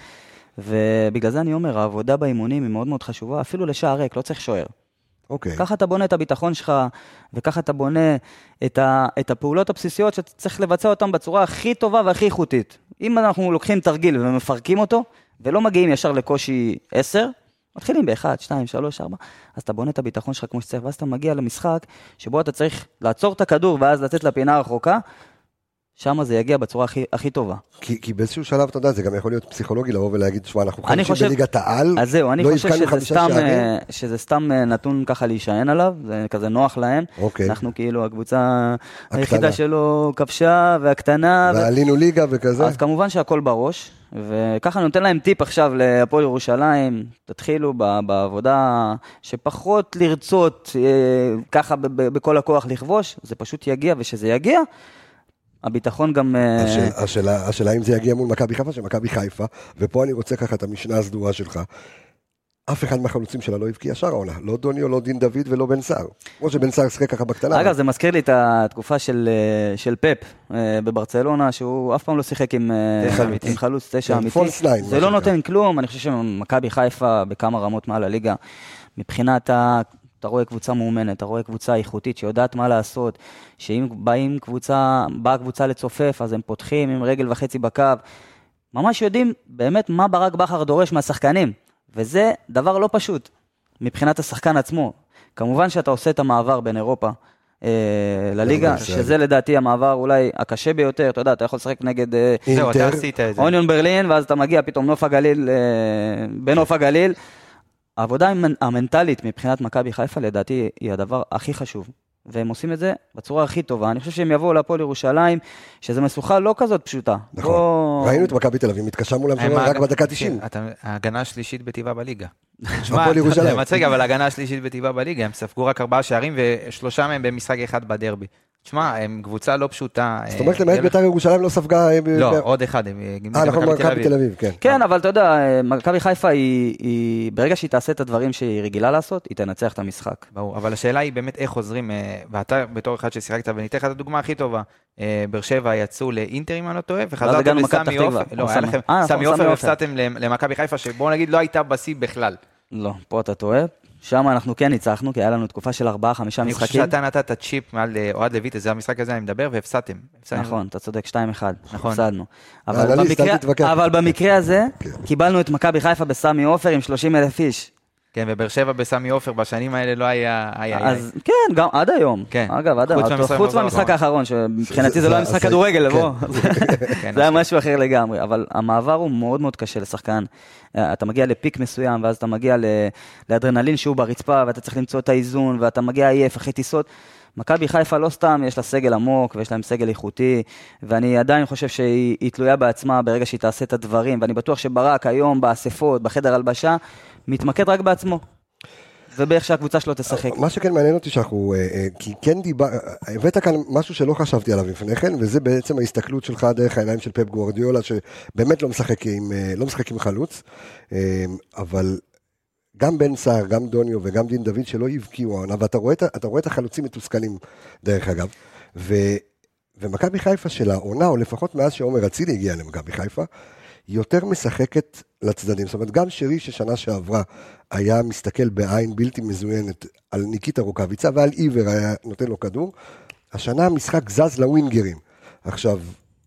ובגלל זה אני אומר, העבודה באימונים היא מאוד מאוד חשובה, אפילו לשער ריק, לא צריך שוער. אוקיי. ככה אתה בונה את הביטחון שלך, וככה אתה בונה את, ה, את הפעולות הבסיסיות שצריך לבצע אותן בצורה הכי טובה והכי איכותית. אם אנחנו לוקחים תרגיל ומפרקים אותו, ולא מגיעים ישר לקושי עשר, מתחילים ב-אחד, שתיים, שלוש, ארבע, אז אתה בונה את הביטחון שלך כמו שצריך, ואז אתה מגיע למשחק שבו אתה צריך לעצור את הכדור ואז לצאת לפינה הרחוקה, שם זה יגיע בצורה הכי, הכי טובה. כי, כי באיזשהו שלב, אתה יודע, זה גם יכול להיות פסיכולוגי לבוא ולהגיד, שמה, אנחנו חמישים בליגת העל, אז זהו, אני לא חושב שזה סתם, שזה סתם נתון ככה להישען עליו, זה כזה נוח להם. אוקיי. אנחנו כאילו הקבוצה היחידה שלו כבשה והקטנה. ועלינו ו... ליגה וכזה. אז כמובן שהכל בראש, וככה אני נותן להם טיפ עכשיו להפועל ירושלים, תתחילו בעבודה שפחות לרצות ככה בכל הכוח לכבוש, זה פשוט יגיע, ושזה יגיע, הביטחון גם... השאלה, השאלה, השאלה אם זה יגיע מול מכבי חיפה, שמכבי חיפה, ופה אני רוצה ככה את המשנה הסדורה שלך, אף אחד מהחלוצים שלה לא הבקיע שער העונה, לא דוניו, לא דין דוד ולא בן סער, כמו שבן סער שחק ככה בקטנה. אגב, זה מזכיר לי את התקופה של, של פפ בברצלונה, שהוא אף פעם לא שיחק עם, עם חלוץ תשע אמיתי, זה לא נותן כלום, אני חושב שמכבי חיפה בכמה רמות מעל הליגה, מבחינת ה... אתה רואה קבוצה מאומנת, אתה רואה קבוצה איכותית שיודעת מה לעשות, שאם באים קבוצה, באה קבוצה לצופף, אז הם פותחים עם רגל וחצי בקו, ממש יודעים באמת מה ברק בכר דורש מהשחקנים, וזה דבר לא פשוט מבחינת השחקן עצמו. כמובן שאתה עושה את המעבר בין אירופה אה, לליגה, שזה לדעתי המעבר אולי הקשה ביותר, אתה יודע, אתה יכול לשחק נגד אה, זהו, אתה עשית את זה. אוניון ברלין, ואז אתה מגיע פתאום נוף הגליל, אה, בנוף הגליל. העבודה המנטלית מבחינת מכבי חיפה לדעתי היא הדבר הכי חשוב. והם עושים את זה בצורה הכי טובה. אני חושב שהם יבואו להפועל ירושלים, שזו משוכה לא כזאת פשוטה. נכון. בוא... ראינו את מכבי תל אביב, מתקשה מולם רק בדקה תשעים. ההגנה השלישית בטבעה בליגה. שמע, זה מצחיק, אבל ההגנה השלישית בטבעה בליגה, הם ספגו רק ארבעה שערים, ושלושה מהם במשחק אחד בדרבי. תשמע, הם קבוצה לא פשוטה. זאת אומרת, למעט בית"ר ירושלים לא ספגה... לא, עוד אחד. אה, נכון, מכבי תל אביב, כן. כן, אבל אתה יודע, מכבי חיפה היא, ברגע שהיא תעשה את הדברים שהיא רגילה לעשות, היא תנצח את המשחק. ברור, אבל השאלה היא באמת איך חוזרים, ואתה בתור אחד ששיחקת, וניתן לך את הדוגמה הכי טובה, באר שבע יצאו לאינטר, אם אני לא טועה, וחזרתם לסמי עופר. לא, היה לכם סמי עופר, והפסדתם למכבי חיפה, שבואו נגיד לא הייתה בשיא בכלל. לא, פה אתה טועה. שם אנחנו כן ניצחנו, כי היה לנו תקופה של ארבעה, חמישה משחקים. אני חושב שאתה נתת צ'יפ מעל אוהד לויט, זה המשחק הזה אני מדבר, והפסדתם. נכון, אתה צודק, שתיים אחד. נכון. הפסדנו. אבל במקרה הזה, קיבלנו את מכבי חיפה בסמי עופר עם שלושים אלף איש. כן, ובאר שבע בסמי עופר בשנים האלה לא היה... אז כן, גם עד היום. אגב, עד היום. חוץ מהמשחק האחרון, שמבחינתי זה לא היה משחק כדורגל, לבוא. זה היה משהו אחר לגמרי. אבל המעבר הוא מאוד מאוד קשה לשחקן. אתה מגיע לפיק מסוים, ואז אתה מגיע לאדרנלין שהוא ברצפה, ואתה צריך למצוא את האיזון, ואתה מגיע עייף אחרי טיסות. מכבי חיפה לא סתם, יש לה סגל עמוק, ויש להם סגל איכותי, ואני עדיין חושב שהיא תלויה בעצמה ברגע שהיא תעשה את הדברים, ואני בטוח שברק היום, באספות, בחדר הלבשה, מתמקד רק בעצמו. ובאיך שהקבוצה שלו תשחק. מה שכן מעניין אותי שאנחנו, כי כן דיבר, הבאת כאן משהו שלא חשבתי עליו לפני כן, וזה בעצם ההסתכלות שלך דרך העיניים של פפ גוארדיולה, שבאמת לא משחק עם, לא משחק עם חלוץ, אבל גם בן סער, גם דוניו וגם דין דוד שלא יבקיעו העונה, ואתה רואה, אתה רואה את החלוצים מתוסכלים דרך אגב, ו, ומכבי חיפה של העונה, או לפחות מאז שעומר אצילי הגיע למכבי חיפה, יותר משחקת לצדדים. זאת אומרת, גם שרי ששנה שעברה היה מסתכל בעין בלתי מזוינת על ניקיטה רוקאביצה, ועל עיוור היה נותן לו כדור. השנה המשחק זז לווינגרים. עכשיו,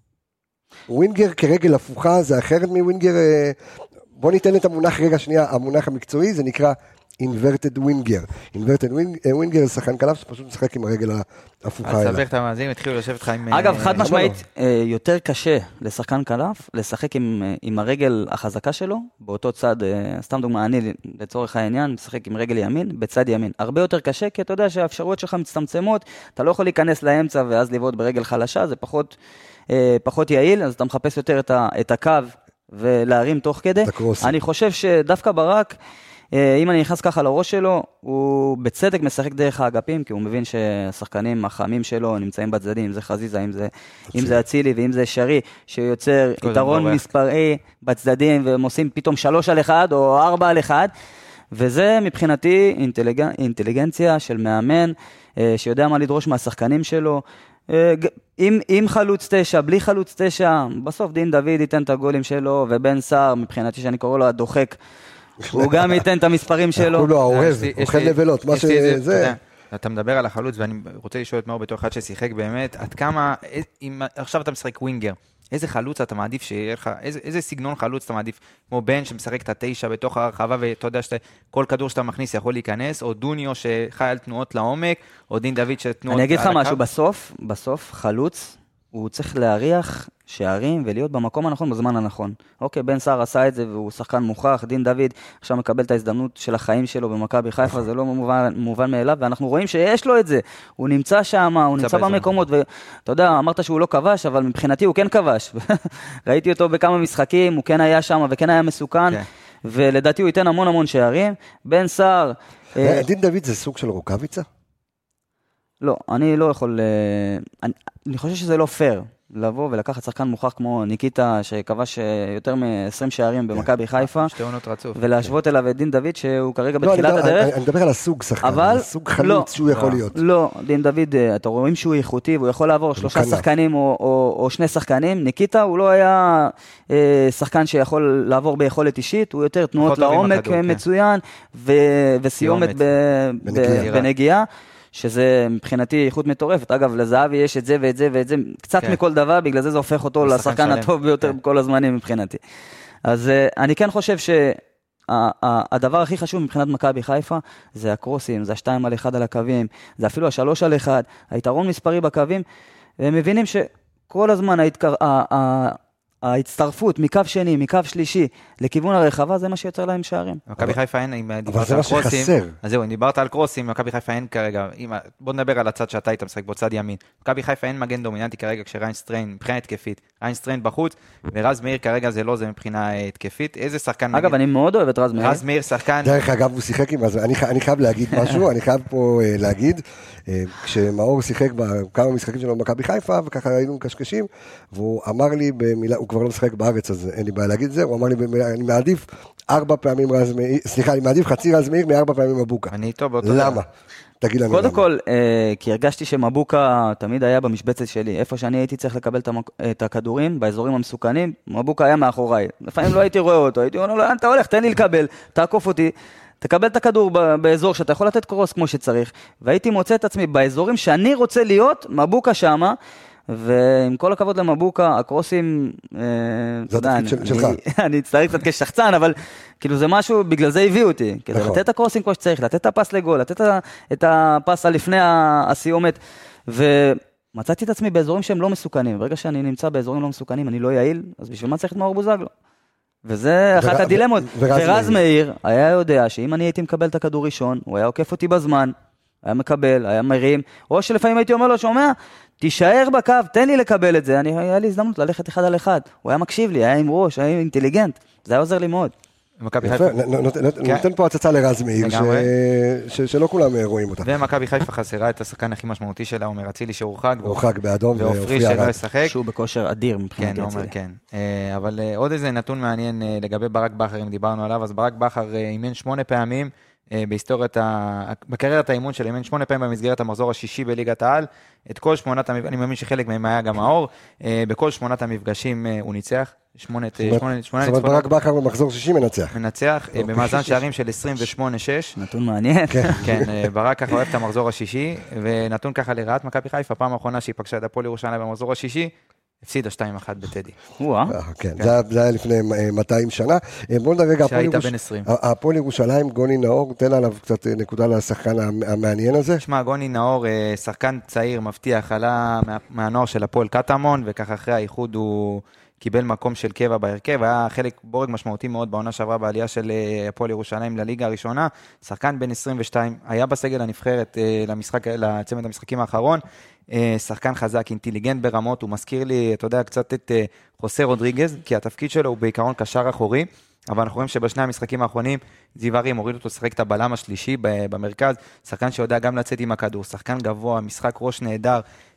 ווינגר כרגל הפוכה זה אחרת מווינגר, בוא ניתן את המונח רגע שנייה, המונח המקצועי, זה נקרא inverted winger. inverted winger זה שחקן כנף שפשוט משחק עם הרגל ההפוכה אליו. אז סבך את המאזינים, התחילו לשבת לך עם... אגב, חד משמעית, יותר קשה לשחקן כנף, לשחק עם הרגל החזקה שלו, באותו צד, סתם דוגמה, אני לצורך העניין, משחק עם רגל ימין, בצד ימין. הרבה יותר קשה, כי אתה יודע שהאפשרויות שלך מצטמצמות, אתה לא יכול להיכנס לאמצע ואז לבעוט ברגל חלשה, זה פחות, פחות יעיל, אז אתה מחפש יותר את הקו ולהרים תוך כדי. אני חושב שדווקא ברק, אם אני נכנס ככה לראש שלו, הוא בצדק משחק דרך האגפים, כי הוא מבין שהשחקנים החמים שלו נמצאים בצדדים, אם זה חזיזה, אם זה, אם זה אצילי ואם זה שרי, שיוצר יתרון מספרי בצדדים, והם עושים פתאום שלוש על אחד או ארבע על אחד, וזה מבחינתי אינטליג... אינטליגנציה של מאמן, שיודע מה לדרוש מהשחקנים שלו, עם, עם חלוץ תשע, בלי חלוץ תשע, בסוף דין דוד ייתן את הגולים שלו, ובן סער, מבחינתי שאני קורא לו הדוחק, הוא גם ייתן את המספרים שלו. הוא לא האורב, אוכל נבלות, מה שזה... אתה מדבר על החלוץ, ואני רוצה לשאול את מאור בתור אחד ששיחק באמת, עד כמה, עכשיו אתה משחק ווינגר, איזה חלוץ אתה מעדיף שיהיה לך, איזה סגנון חלוץ אתה מעדיף, כמו בן שמשחק את התשע בתוך הרחבה, ואתה יודע שכל כדור שאתה מכניס יכול להיכנס, או דוניו שחי על תנועות לעומק, או דין דוד שתנועות... אני אגיד לך משהו, בסוף, בסוף, חלוץ, הוא צריך להריח שערים ולהיות במקום הנכון בזמן הנכון. אוקיי, בן סער עשה את זה והוא שחקן מוכח, דין דוד עכשיו מקבל את ההזדמנות של החיים שלו במכבי חיפה, זה לא מובן, מובן מאליו, ואנחנו רואים שיש לו את זה. הוא נמצא שם, הוא נמצא במקומות, ואתה יודע, אמרת שהוא לא כבש, אבל מבחינתי הוא כן כבש. ראיתי אותו בכמה משחקים, הוא כן היה שם וכן היה מסוכן, ולדעתי הוא ייתן המון המון שערים. בן סער... דין דוד זה סוג של רוקאביצה? לא, אני לא יכול... אני, אני חושב שזה לא פייר. לבוא ולקחת שחקן מוכח כמו ניקיטה, שכבש יותר מ-עשרים שערים במכבי חיפה, שתי עונות רצוף. ולהשוות אליו את דין דוד, שהוא כרגע בתחילת הדרך. אני מדבר על הסוג שחקן, הסוג חלוץ שהוא יכול להיות. לא, דין דוד, אתה רואים שהוא איכותי, והוא יכול לעבור שלושה שחקנים או שני שחקנים. ניקיטה, הוא לא היה שחקן שיכול לעבור ביכולת אישית, הוא יותר תנועות לעומק מצוין, וסיומת בנגיעה. שזה מבחינתי איכות מטורפת. אגב, לזהבי יש את זה ואת זה ואת זה, קצת כן. מכל דבר, בגלל זה זה הופך אותו לשחקן שלם. הטוב ביותר כן. בכל הזמנים מבחינתי. אז uh, אני כן חושב שהדבר הכי חשוב מבחינת מכבי חיפה, זה הקרוסים, זה השתיים על אחד על הקווים, זה אפילו השלוש על אחד, היתרון מספרי בקווים, והם מבינים שכל הזמן ההתקר... ההצטרפות מקו שני, מקו שלישי, לכיוון הרחבה, זה מה שיוצר להם שערים. מכבי חיפה אין, אם דיברת אבל זה על מה קרוסים, שחסר. אז זהו, אם דיברת על קרוסים, מכבי חיפה אין כרגע, בוא נדבר על הצד שאתה היית משחק בו, צד ימין. מכבי חיפה אין מגן דומיננטי כרגע, כשריינסטריין, מבחינה התקפית, ריינסטריין בחוץ, ורז מאיר כרגע זה לא, זה מבחינה התקפית. איזה שחקן... אגב, אני מאוד אוהב את רז מאיר. רז מאיר שחקן... דרך אגב, הוא שיחק עם... אני, אני חייב להגיד משהו, אני חייב פה uh, להגיד, uh, כשמאור שיחק בכמה משחקים שלו במכבי חיפה, וככה היינו מקשקשים, והוא אמר לי במילה, הוא כבר לא משחק בארץ, אז אין לי בעיה להגיד את זה, הוא אמר לי במילה, אני מעדיף ארבע פעמים רז מאיר, סליחה, אני מעדיף חצי רז מאיר מארבע פעמים מבוקה. אני איתו באותו... למה? תגיד לנו למה. קודם כל, אה, כי הרגשתי שמבוקה תמיד היה במשבצת שלי, איפה שאני הייתי צריך לקבל את, המק... את הכדורים, באזורים המסוכנים, מבוקה היה מאחוריי. לפעמים לא הייתי רואה אותו, הייתי אומר לו, לאן אתה הולך, תן לי לקבל, תעקוף אותי, תקבל את הכדור באזור שאתה יכול לתת קרוס כמו שצריך, והייתי מוצא את עצמי באזורים שאני רוצה להיות, מבוקה שמה, ועם כל הכבוד למבוקה, הקרוסים, זה התפקיד שלך. אני אצטרך קצת כשחצן, אבל כאילו זה משהו, בגלל זה הביאו אותי. לתת את הקרוסים כמו שצריך, לתת את הפס לגול, לתת את הפס לפני הסיומת, ומצאתי את עצמי באזורים שהם לא מסוכנים. ברגע שאני נמצא באזורים לא מסוכנים, אני לא יעיל, אז בשביל מה צריך את מאור בוזגלו? וזה אחת הדילמות. ורז מאיר היה יודע שאם אני הייתי מקבל את הכדור ראשון, הוא היה עוקף אותי בזמן, היה מקבל, היה מרים, או שלפעמים הייתי אומר לו, שומע, תישאר בקו, תן לי לקבל את זה, אני, היה לי הזדמנות ללכת אחד על אחד, הוא היה מקשיב לי, היה עם ראש, היה אינטליגנט, זה היה עוזר לי מאוד. יפה, נותן פה הצצה לרז מאיר, שלא כולם רואים אותה. ומכבי חיפה חסרה את השחקן הכי משמעותי שלה, עומר אצילי שהורחק, הורחק באדום, ואופרי שלא ישחק. שהוא בכושר אדיר מבחינתי אצילי. כן, אבל עוד איזה נתון מעניין לגבי ברק בכר, אם דיברנו עליו, אז ברק בכר אימן שמונה פעמים, בהיסטוריית, בקריירת האימון של אימן שמונה פעמים במסגרת המחזור השישי בליגת העל, את כל שמונת המפגשים, אני מאמין שחלק מהם היה גם האור, בכל שמונת המפגשים הוא ניצח, שמונה ניצחונות. זאת אומרת, ברק בכר במחזור שישי מנצח. מנצח, במאזן שערים של עשרים ושמונה שש. נתון מעניין. כן, ברק ככה אוהב את המחזור השישי, ונתון ככה לרעת מכבי חיפה, פעם האחרונה שהיא פגשה את הפועל ירושלים במחזור השישי, הפסידה שתיים אחת בטדי. כן, זה היה לפני מאתיים שנה. בוא נדבר רגע, הפועל ירושלים, גוני נאור, תן עליו קצת נקודה לשחקן המעניין הזה. שמע, גוני נאור, שחקן צעיר, מבטיח, עלה מהנוער של הפועל קטמון, וככה אחרי האיחוד הוא קיבל מקום של קבע בהרכב, היה חלק בורג משמעותי מאוד בעונה שעברה בעלייה של הפועל ירושלים לליגה הראשונה, שחקן בן עשרים ושתיים, היה בסגל הנבחרת למשחק, לצמד המשחקים האחרון, שחקן חזק, אינטליגנט ברמות, הוא מזכיר לי, אתה יודע, קצת את חוסה רודריגז, כי התפקיד שלו הוא בעיקרון קשר אחורי, אבל אנחנו רואים שבשני המשחקים האחרונים, זיוורים הוריד אותו לשחק את הבלם השלישי במרכז, שחקן שיודע גם לצאת עם הכדור, שחקן גבוה, משחק ראש נהדר,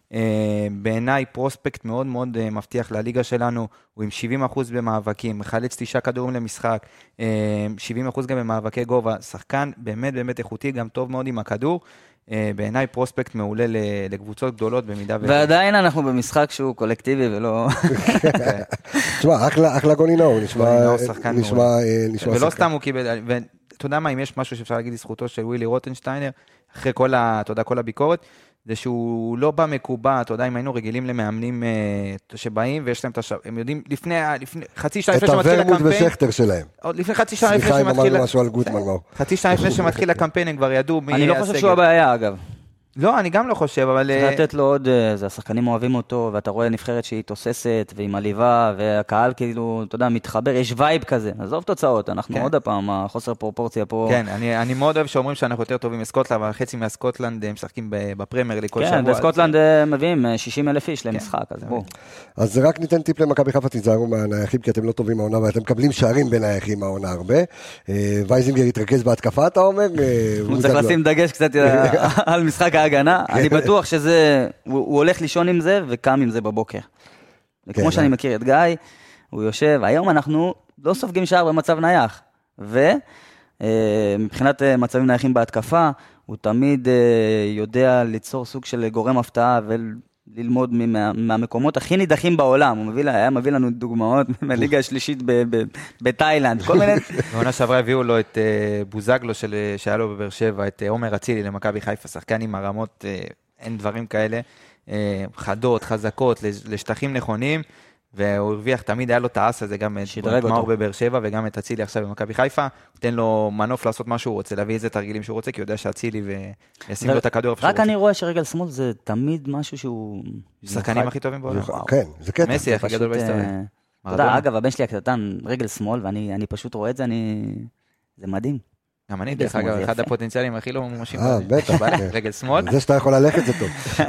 בעיניי פרוספקט מאוד מאוד מבטיח לליגה שלנו, הוא עם שבעים אחוז במאבקים, מחלץ תשעה כדורים למשחק, שבעים אחוז גם במאבקי גובה, שחקן באמת באמת איכותי, גם טוב מאוד עם הכדור, בעיניי פרוספקט מעולה לקבוצות גדולות במידה ו... ועדיין אנחנו במשחק שהוא קולקטיבי ולא... תשמע, אחלה גוני נאור, נשמע שחקן ולא סתם הוא קיבל, ואתה יודע מה, אם יש משהו שאפשר להגיד לזכותו של ווילי רוטנשטיינר, אחרי כל הביקורת, זה שהוא לא בא מקובע, אתה יודע, אם היינו רגילים למאמנים שבאים, ויש להם את השב... הם יודעים, לפני, חצי שעה לפני שמתחיל הקמפיין... את הוורמוט ושכטר שלהם. עוד לפני חצי שעה לפני שמתחיל... סליחה, אם אמרנו משהו על גוטמן, מאור. חצי שעה לפני שמתחיל הקמפיין, הם כבר ידעו מי... אני לא חושב שהוא הבעיה, אגב. לא, אני גם לא חושב, אבל... צריך לתת לו עוד, זה, השחקנים אוהבים אותו, ואתה רואה נבחרת שהיא תוססת, והיא מליבה, והקהל כאילו, אתה יודע, מתחבר, יש וייב כזה, עזוב תוצאות, אנחנו עוד הפעם, החוסר פרופורציה פה... כן, אני, אני מאוד אוהב שאומרים שאנחנו יותר טובים מסקוטלנד, אבל חצי מהסקוטלנד הם משחקים בפרמייר ליג כל שבוע. כן, בסקוטלנד מביאים שישים אלף איש למשחק, אז בואו. אז רק ניתן טיפ למכבי חיפה, תיזהרו מהנייחים, כי אתם לא טובים מהעונה, ואתם מקבלים שערים בנייחים מהעונה הרבה. וייזינגר יתרכז בהתקפה, אתה אומר? הוא צריך לשים דגש קצת על משחק ההגנה. אני בטוח שזה, הוא הולך לישון עם זה, וקם עם זה בבוקר. וכמו שאני מכיר את גיא, הוא יושב, היום אנחנו לא סופגים שער במצב נייח. ומבחינת מצבים נייחים בהתקפה, הוא תמיד יודע ליצור סוג של גורם הפתעה, ללמוד מה, מהמקומות הכי נידחים בעולם, הוא מביא, היה מביא לנו דוגמאות מהליגה השלישית בתאילנד, כל מיני... בעונה שעברה הביאו לו את בוזגלו שהיה לו בבאר שבע, את עומר אצילי למכבי חיפה, שחקן עם הרמות, אין דברים כאלה, חדות, חזקות, לשטחים נכונים, והוא הרוויח, תמיד היה לו את האס הזה, גם את מאור בבאר שבע, וגם את אצילי עכשיו במכבי חיפה, תן לו מנוף לעשות מה שהוא רוצה, להביא איזה תרגילים שהוא רוצה, כי הוא יודע שאצילי וישים לו את הכדור איפה שהוא רוצה. רק אני רואה שרגל שמאל זה תמיד משהו שהוא... שחקנים הכי טובים בעולם. כן, זה קטע. מסי הכי גדול בהיסטוריה. אתה יודע, אגב, הבן שלי הקטן רגל שמאל, ואני פשוט רואה את זה, זה מדהים. גם אני, דרך אגב, אחד הפוטנציאלים הכי לא ממומשים. אה, בטח. רגל שמאל. זה שאתה יכול ללכת זה טוב.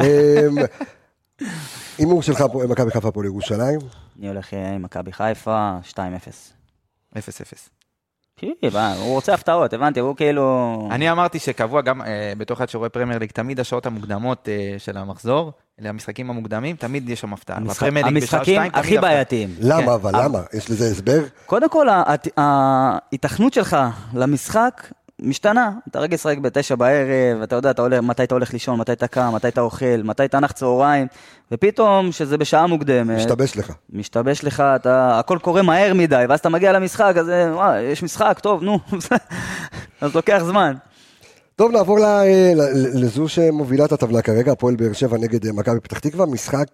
הימור שלך מכבי חיפה פה לירושלים? אני הולך עם מכבי חיפה שתיים אפס. אפס אפס. הוא רוצה הפתעות, הבנתי, הוא כאילו... אני אמרתי שקבוע גם בתוך אחד שרואה פרמייר ליג, תמיד השעות המוקדמות של המחזור, אלה המשחקים המוקדמים, תמיד יש שם הפתעה. המשחקים הכי בעייתיים. למה אבל, למה? יש לזה הסבר? קודם כל, ההתכנות שלך למשחק משתנה. אתה רגע שרק בתשע בערב, אתה יודע, אתה הולך, מתי אתה הולך לישון, מתי אתה קם, מתי אתה אוכל, מתי אתה נח צהריים, ופתאום שזה בשעה מוקדמת. משתבש לך. משתבש לך, אתה, הכל קורה מהר מדי, ואז אתה מגיע למשחק, אז וואו, יש משחק, טוב, נו. אז לוקח זמן. טוב, נעבור לזו שמובילה את הטבלה כרגע, הפועל באר שבע נגד מכבי פתח תקווה, משחק...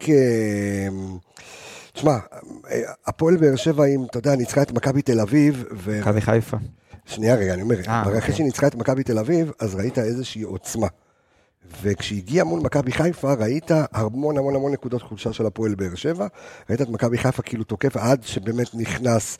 תשמע, הפועל באר שבע, אם אתה יודע, ניצחה את מכבי תל אביב, מכבי חיפה. שנייה רגע, אני אומר, אחרי שניצחה את מכבי תל אביב, אז ראית איזושהי עוצמה. וכשהגיע מול מכבי חיפה, ראית המון המון המון נקודות חולשה של הפועל באר שבע, ראית את מכבי חיפה כאילו תוקף עד שבאמת נכנס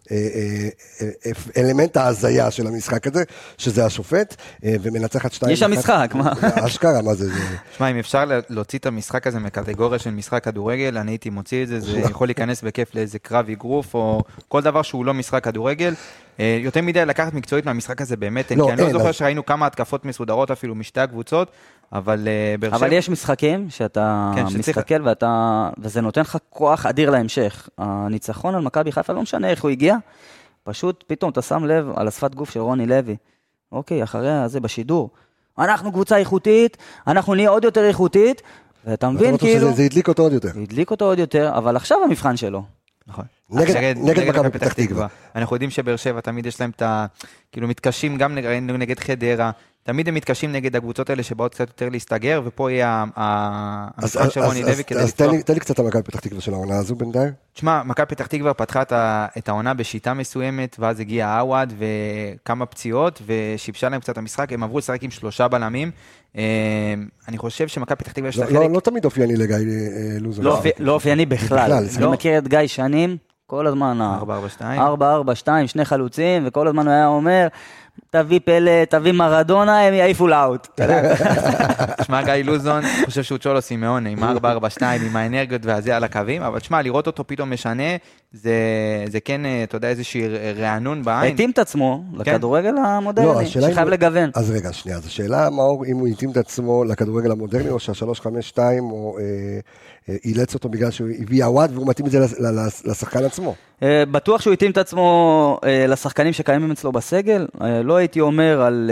אלמנט ההזיה של המשחק הזה, שזה השופט, ומנצחת שתיים. יש המשחק, מה? אשכרה, מה זה? שמע, אם אפשר להוציא את המשחק הזה מקטגוריה של משחק כדורגל, אני הייתי מוציא את זה, זה יכול להיכנס בכיף לאיזה קרב אגרוף, או כל דבר שהוא לא משחק כדורגל. יותר מדי לקחת מקצועית מהמשחק הזה באמת, כי אני לא זוכר שראינו כמה התקפות מסודרות אפילו משתי הקבוצות, אבל אבל יש משחקים שאתה מסתכל ואתה, וזה נותן לך כוח אדיר להמשך. הניצחון על מכבי חיפה, לא משנה איך הוא הגיע, פשוט פתאום אתה שם לב על השפת גוף של רוני לוי. אוקיי, אחרי זה בשידור. אנחנו קבוצה איכותית, אנחנו נהיה עוד יותר איכותית, ואתה מבין כאילו... זה הדליק אותו עוד יותר. זה הדליק אותו עוד יותר, אבל עכשיו המבחן שלו. נכון. נגד מכבי פתח תקווה. אנחנו יודעים שבאר שבע תמיד יש להם את ה... כאילו מתקשים גם נגד חדרה, תמיד הם מתקשים נגד הקבוצות האלה שבאות קצת יותר להסתגר, ופה יהיה המשחק של רוני לוי כדי לפתוח. אז תן לי קצת על מכבי פתח תקווה של העונה הזו בינתיים. תשמע, מכבי פתח תקווה פתחה את העונה בשיטה מסוימת, ואז הגיע העווד וכמה פציעות, ושיבשה להם קצת המשחק, הם עברו לשחק עם שלושה בלמים. אני חושב שמכבי פתח תקווה יש לה חלק... לא תמיד אופייני לגיא לוזון. לא אופייני בכלל. אני מכיר את גיא שנים, כל הזמן... ארבע ארבע שתיים. ארבע ארבע שתיים, שני חלוצים, וכל הזמן הוא היה אומר... תביא פלא, תביא מרדונה, הם יעיפו לאוט. תשמע, גיא לוזון, אני חושב שהוא צ'ולו סימאונה, עם ארבע ארבע שתיים, עם האנרגיות והזה על הקווים, אבל תשמע, לראות אותו פתאום משנה, זה כן, אתה יודע, איזושהי רענון בעין. התאים את עצמו לכדורגל המודרני, שחייב לגוון. אז רגע, שנייה, אז השאלה, מאור, אם הוא התאים את עצמו לכדורגל המודרני, או שה-שלוש חמש שתיים, או אילץ אותו בגלל שהוא הביא עווד, והוא מתאים את זה לשחקן עצמו. בטוח שהוא התאים את עצמו לשחקנים שקיימים אצלו בסגל, לא הייתי אומר על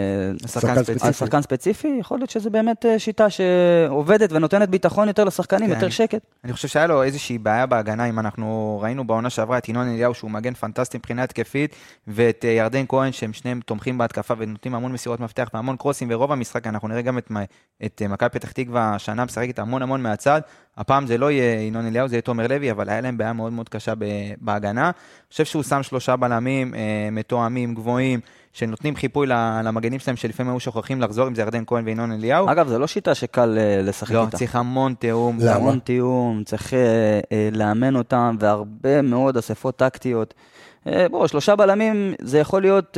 שחקן ספציפי, יכול להיות שזה באמת שיטה שעובדת ונותנת ביטחון יותר לשחקנים, יותר שקט. אני חושב שהיה לו איזושהי בעיה בהגנה, אם אנחנו ראינו בעונה שעברה את ינון אליהו, שהוא מגן פנטסטי מבחינה התקפית, ואת ירדן כהן, שהם שניהם תומכים בהתקפה ונותנים המון מסירות מפתח והמון קרוסים, ורוב המשחק אנחנו נראה גם את מכבי פתח תקווה השנה משחקת המון המון מהצד. הפעם זה לא יהיה ינון אליהו, זה יהיה תומר לוי, אבל היה להם בעיה מאוד מאוד קשה בהגנה. אני חושב שהוא שם שלושה בלמים, מתואמים, גבוהים, שנותנים חיפוי למגנים שלהם, שלפעמים היו שוכחים לחזור, אם זה ירדן כהן וינון אליהו. אגב, זה לא שיטה שקל לשחק איתה. לא, צריך המון תיאום. המון תיאום, צריך לאמן אותם, והרבה מאוד אספות טקטיות. בואו, שלושה בלמים, זה יכול להיות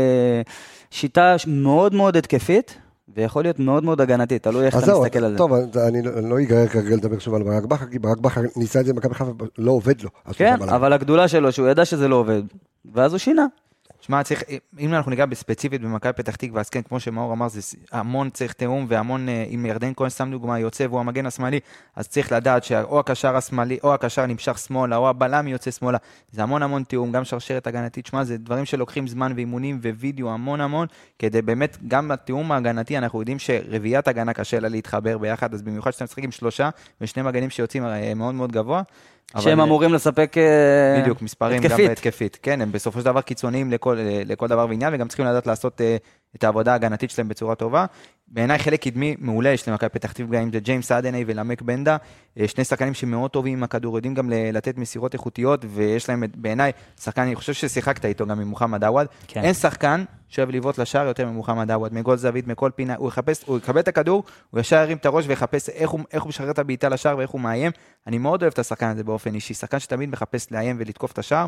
שיטה מאוד מאוד התקפית, ויכול להיות מאוד מאוד הגנתית, תלוי איך אתה מסתכל על זה. טוב, אני לא אגרר כרגע לדבר שוב על ברק בכר, כי ברק בכר ניסה את זה במכבי חיפה, לא עובד לו. כן, אבל הגדולה שלו, שהוא ידע שזה לא עובד, ואז הוא שינה. שמע, צריך, אם אנחנו ניגע בספציפית במכבי פתח תקווה, אז כן, כמו שמאור אמר, זה המון צריך תאום, והמון, אם ירדן כהן שם דוגמה, יוצא והוא המגן השמאלי, אז צריך לדעת שאו הקשר השמאלי, או הקשר נמשך שמאלה, או הבלם יוצא שמאלה, זה המון המון תאום, גם שרשרת הגנתית, שמע, זה דברים שלוקחים זמן ואימונים ווידאו המון המון, כדי באמת, גם התאום ההגנתי, אנחנו יודעים שרביעיית הגנה קשה לה להתחבר ביחד, אז במיוחד שאתם משחקים שלושה, ושני מגנים שיוצאים מאוד מאוד גבוה, שהם אמורים לספק בדיוק, מספרים גם בהתקפית. כן, הם בסופו של דבר קיצוניים לכל, לכל דבר ועניין, וגם צריכים לדעת לעשות את העבודה ההגנתית שלהם בצורה טובה. בעיניי חלק קדמי מעולה, יש למכבי פתח תקווה, אם זה ג'יימס אדני ולמק בנדה, שני שחקנים שמאוד טובים עם הכדור, יודעים גם לתת מסירות איכותיות, ויש להם בעיניי שחקן, אני חושב ששיחקת איתו גם עם מוחמד עווד, כן. אין שחקן שאוהב לבעוט לשער יותר ממוחמד עווד, מגול זווית, מכל פינה, הוא יחפש, הוא יקבל את הכדור, הוא ישר ירים את הראש ויחפש איך הוא, איך הוא משחרר את הבעיטה לשער ואיך הוא מאיים. אני מאוד אוהב את השחקן הזה באופן אישי, שחקן שתמיד מחפש לאיים ולתקוף את השער.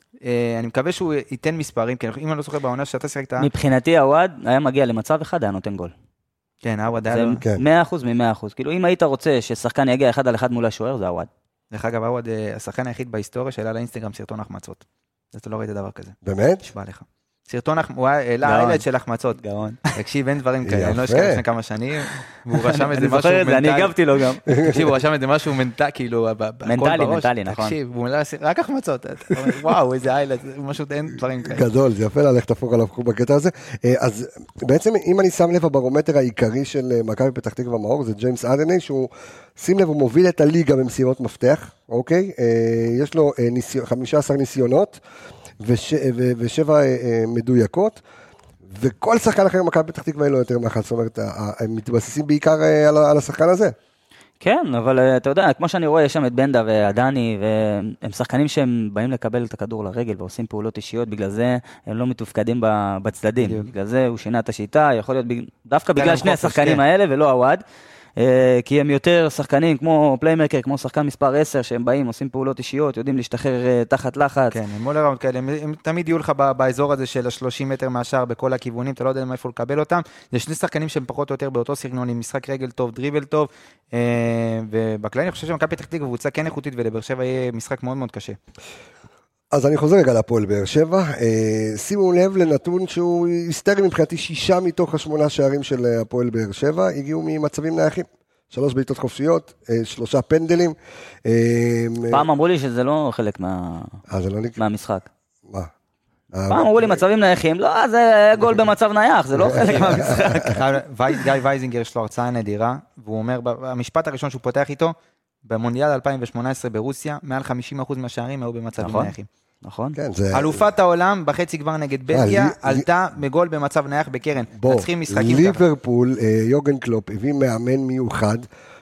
אני מקווה שהוא ייתן מספרים, כי אם אני לא זוכר בעונה שאתה שיחקת... מבחינתי עווד היה מגיע למצב אחד, היה נותן גול. כן, עווד היה לו... זה מאה אחוז ממאה אחוז. כאילו אם היית רוצה ששחקן יגיע אחד על אחד מול השוער, זה עווד. דרך אגב, עווד, השחקן היחיד בהיסטוריה שהעלה לאינסטגרם סרטון החמצות. אתה לא ראית דבר כזה. באמת? נשבע לך. סרטון, הוא העלה הילד של החמצות. גאון. תקשיב, אין דברים כאלה, אני לא אשכח לפני כמה שנים, והוא רשם איזה משהו מנטלי. אני זוכר את זה, אני הגבתי לו גם. תקשיב, הוא רשם איזה משהו מנטלי, כאילו, מנטלי, מנטלי, נכון. תקשיב, הוא מלא, רק החמצות. וואו, איזה הילד, משהו, אין דברים כאלה. גדול, זה יפה ללכת תפור עליו בקטע הזה. אז בעצם, אם אני שם לב, הברומטר העיקרי של מכבי פתח תקווה מאור, זה ג'יימס אדני, שהוא, שים לב, הוא מוביל את הליגה במסירות מפתח, אוקיי? יש לו חמישה עשר ניסיונות, וש, ו, ושבע אה, מדויקות, וכל שחקן אחר מכבי פתח תקווה לא יותר מאחד, זאת אומרת, הם מתבססים בעיקר אה, על, על השחקן הזה. כן, אבל אה, אתה יודע, כמו שאני רואה, יש שם את בנדה ועדני, והם שחקנים שהם באים לקבל את הכדור לרגל, ועושים פעולות אישיות, בגלל זה הם לא מתופקדים בצדדים, בדיוק. בגלל זה הוא שינה את השיטה, יכול להיות דווקא בגלל שני השחקנים האלה, ולא עווד, כי הם יותר שחקנים כמו פליימקר, כמו שחקן מספר עשר, שהם באים, עושים פעולות אישיות, יודעים להשתחרר תחת לחץ. כן, הם מול כאלה, הם תמיד יהיו לך באזור הזה של ה-שלושים מטר מהשאר בכל הכיוונים, אתה לא יודע מאיפה לקבל אותם. זה שני שחקנים שהם פחות או יותר באותו סגנון, עם משחק רגל טוב, דריבל טוב, ובכלל אני חושב שמכבי פתח תקווה קבוצה כן איכותית, ולבאר שבע יהיה משחק מאוד מאוד קשה. אז אני חוזר רגע לפועל באר שבע, שימו לב לנתון שהוא היסטרי מבחינתי, שישה מתוך השמונה שערים של הפועל באר שבע, הגיעו ממצבים נייחים, שלוש בעיטות חופשיות, שלושה פנדלים. פעם אמרו לי שזה לא חלק מהמשחק. מה? פעם אמרו לי מצבים נייחים, לא, זה גול במצב נייח, זה לא חלק מהמשחק. גיא וייזינגר יש לו הרצאה נדירה, והוא אומר, המשפט הראשון שהוא פותח איתו, במונדיאל אלפיים שמונה עשרה ברוסיה, מעל חמישים אחוז מהשערים היו במצבים נייחים. נכון. אלופת העולם בחצי גמר נגד בלגיה, עלתה בגול במצב נייח בקרן. צריכים משחקים ככה. ליברפול, יוגן קלופ, הביא מאמן מיוחד,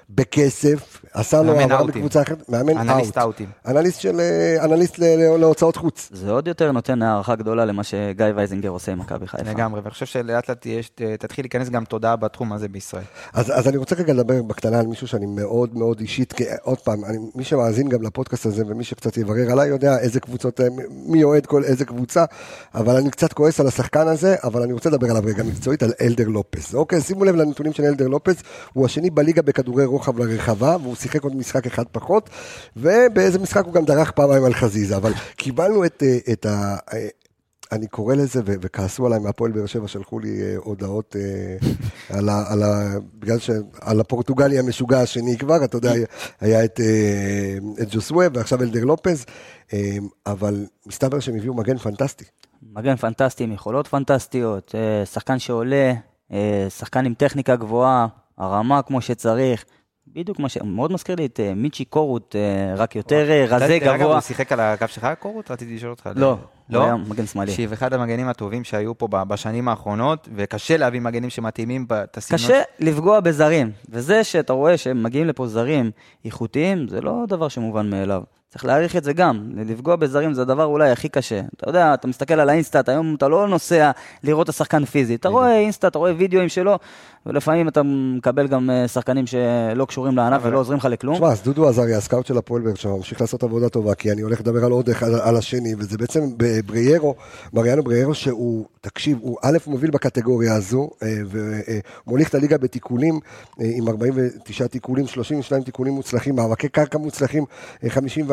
בכסף, עשה לו עבר בקבוצה אחרת, מאמן אנליסט אאוטים. אנליסט של, אנליסט להוצאות חוץ. זה עוד יותר נותן הערכה גדולה למה שגיא וייזינגר עושה עם מכבי חיפה. לגמרי, ואני חושב שלאט לאט תתחיל להיכנס גם תודעה בתחום הזה בישראל. אז, אז אני רוצה רגע לדבר בקטנה על מישהו שאני מאוד מאוד אישית, כי עוד פעם, אני, מי שמאזין גם לפודקאסט הזה, ומי שקצת יברר עליי, יודע איזה קבוצות, מי אוהד כל איזה קבוצה, אבל אני קצת כועס על השחקן הזה, אבל אני רוצה לדבר עליו רגע מקצועית, על אלדר לופס. אוקיי, שימו לב לנתונים של אלדר לופס, הוא השני בליגה בכדורי רוחב לרחבה, והוא שיחק עוד משחק אחד פחות, ובאיזה משחק הוא גם דרך פעמיים על חזיזה, אבל קיבלנו את, את ה... אני קורא לזה, ו- וכעסו עליי מהפועל באר שבע, שלחו לי uh, הודעות uh, על, ה- על, ה- בגלל שעל הפורטוגלי המשוגע השני כבר, אתה יודע, היה את, uh, את ג'וסווה, ועכשיו אלדר לופז, uh, אבל מסתבר שהם הביאו מגן פנטסטי. מגן פנטסטי, עם יכולות פנטסטיות, uh, שחקן שעולה, uh, שחקן עם טכניקה גבוהה, הרמה כמו שצריך, בדיוק מה ש... מאוד מזכיר לי את מיצ'י קורות, רק יותר רזה גבוה. הוא שיחק על הקו שלך קורות? רציתי לשאול אותך. לא, הוא היה מגן שמאלי. שהיא אחד המגנים הטובים שהיו פה בשנים האחרונות, וקשה להביא מגנים שמתאימים בתסינות. קשה לפגוע בזרים, וזה שאתה רואה שהם מגיעים לפה זרים איכותיים, זה לא דבר שמובן מאליו. צריך להעריך את זה גם, לפגוע בזרים זה הדבר אולי הכי קשה. אתה יודע, אתה מסתכל על האינסטאט, היום אתה לא נוסע לראות את השחקן פיזי, אתה רואה אינסטאט, אתה רואה וידאוים שלו, ולפעמים אתה מקבל גם שחקנים שלא קשורים לענף ולא עוזרים לך לכלום. תשמע, אז דודו עזריה, הסקאוט של הפועל באר שבע, ממשיך לעשות עבודה טובה, כי אני הולך לדבר על עוד אחד, על השני, וזה בעצם בריירו, מריאנו בריירו, שהוא, תקשיב, הוא א' מוביל בקטגוריה הזו, ומוליך את הליגה בתיקולים, עם ארבעים ותשעה תיקולים, שלושים ושניים תיקולים מוצלחים, מאבקי קרקע מוצלחים, חמישים ואחת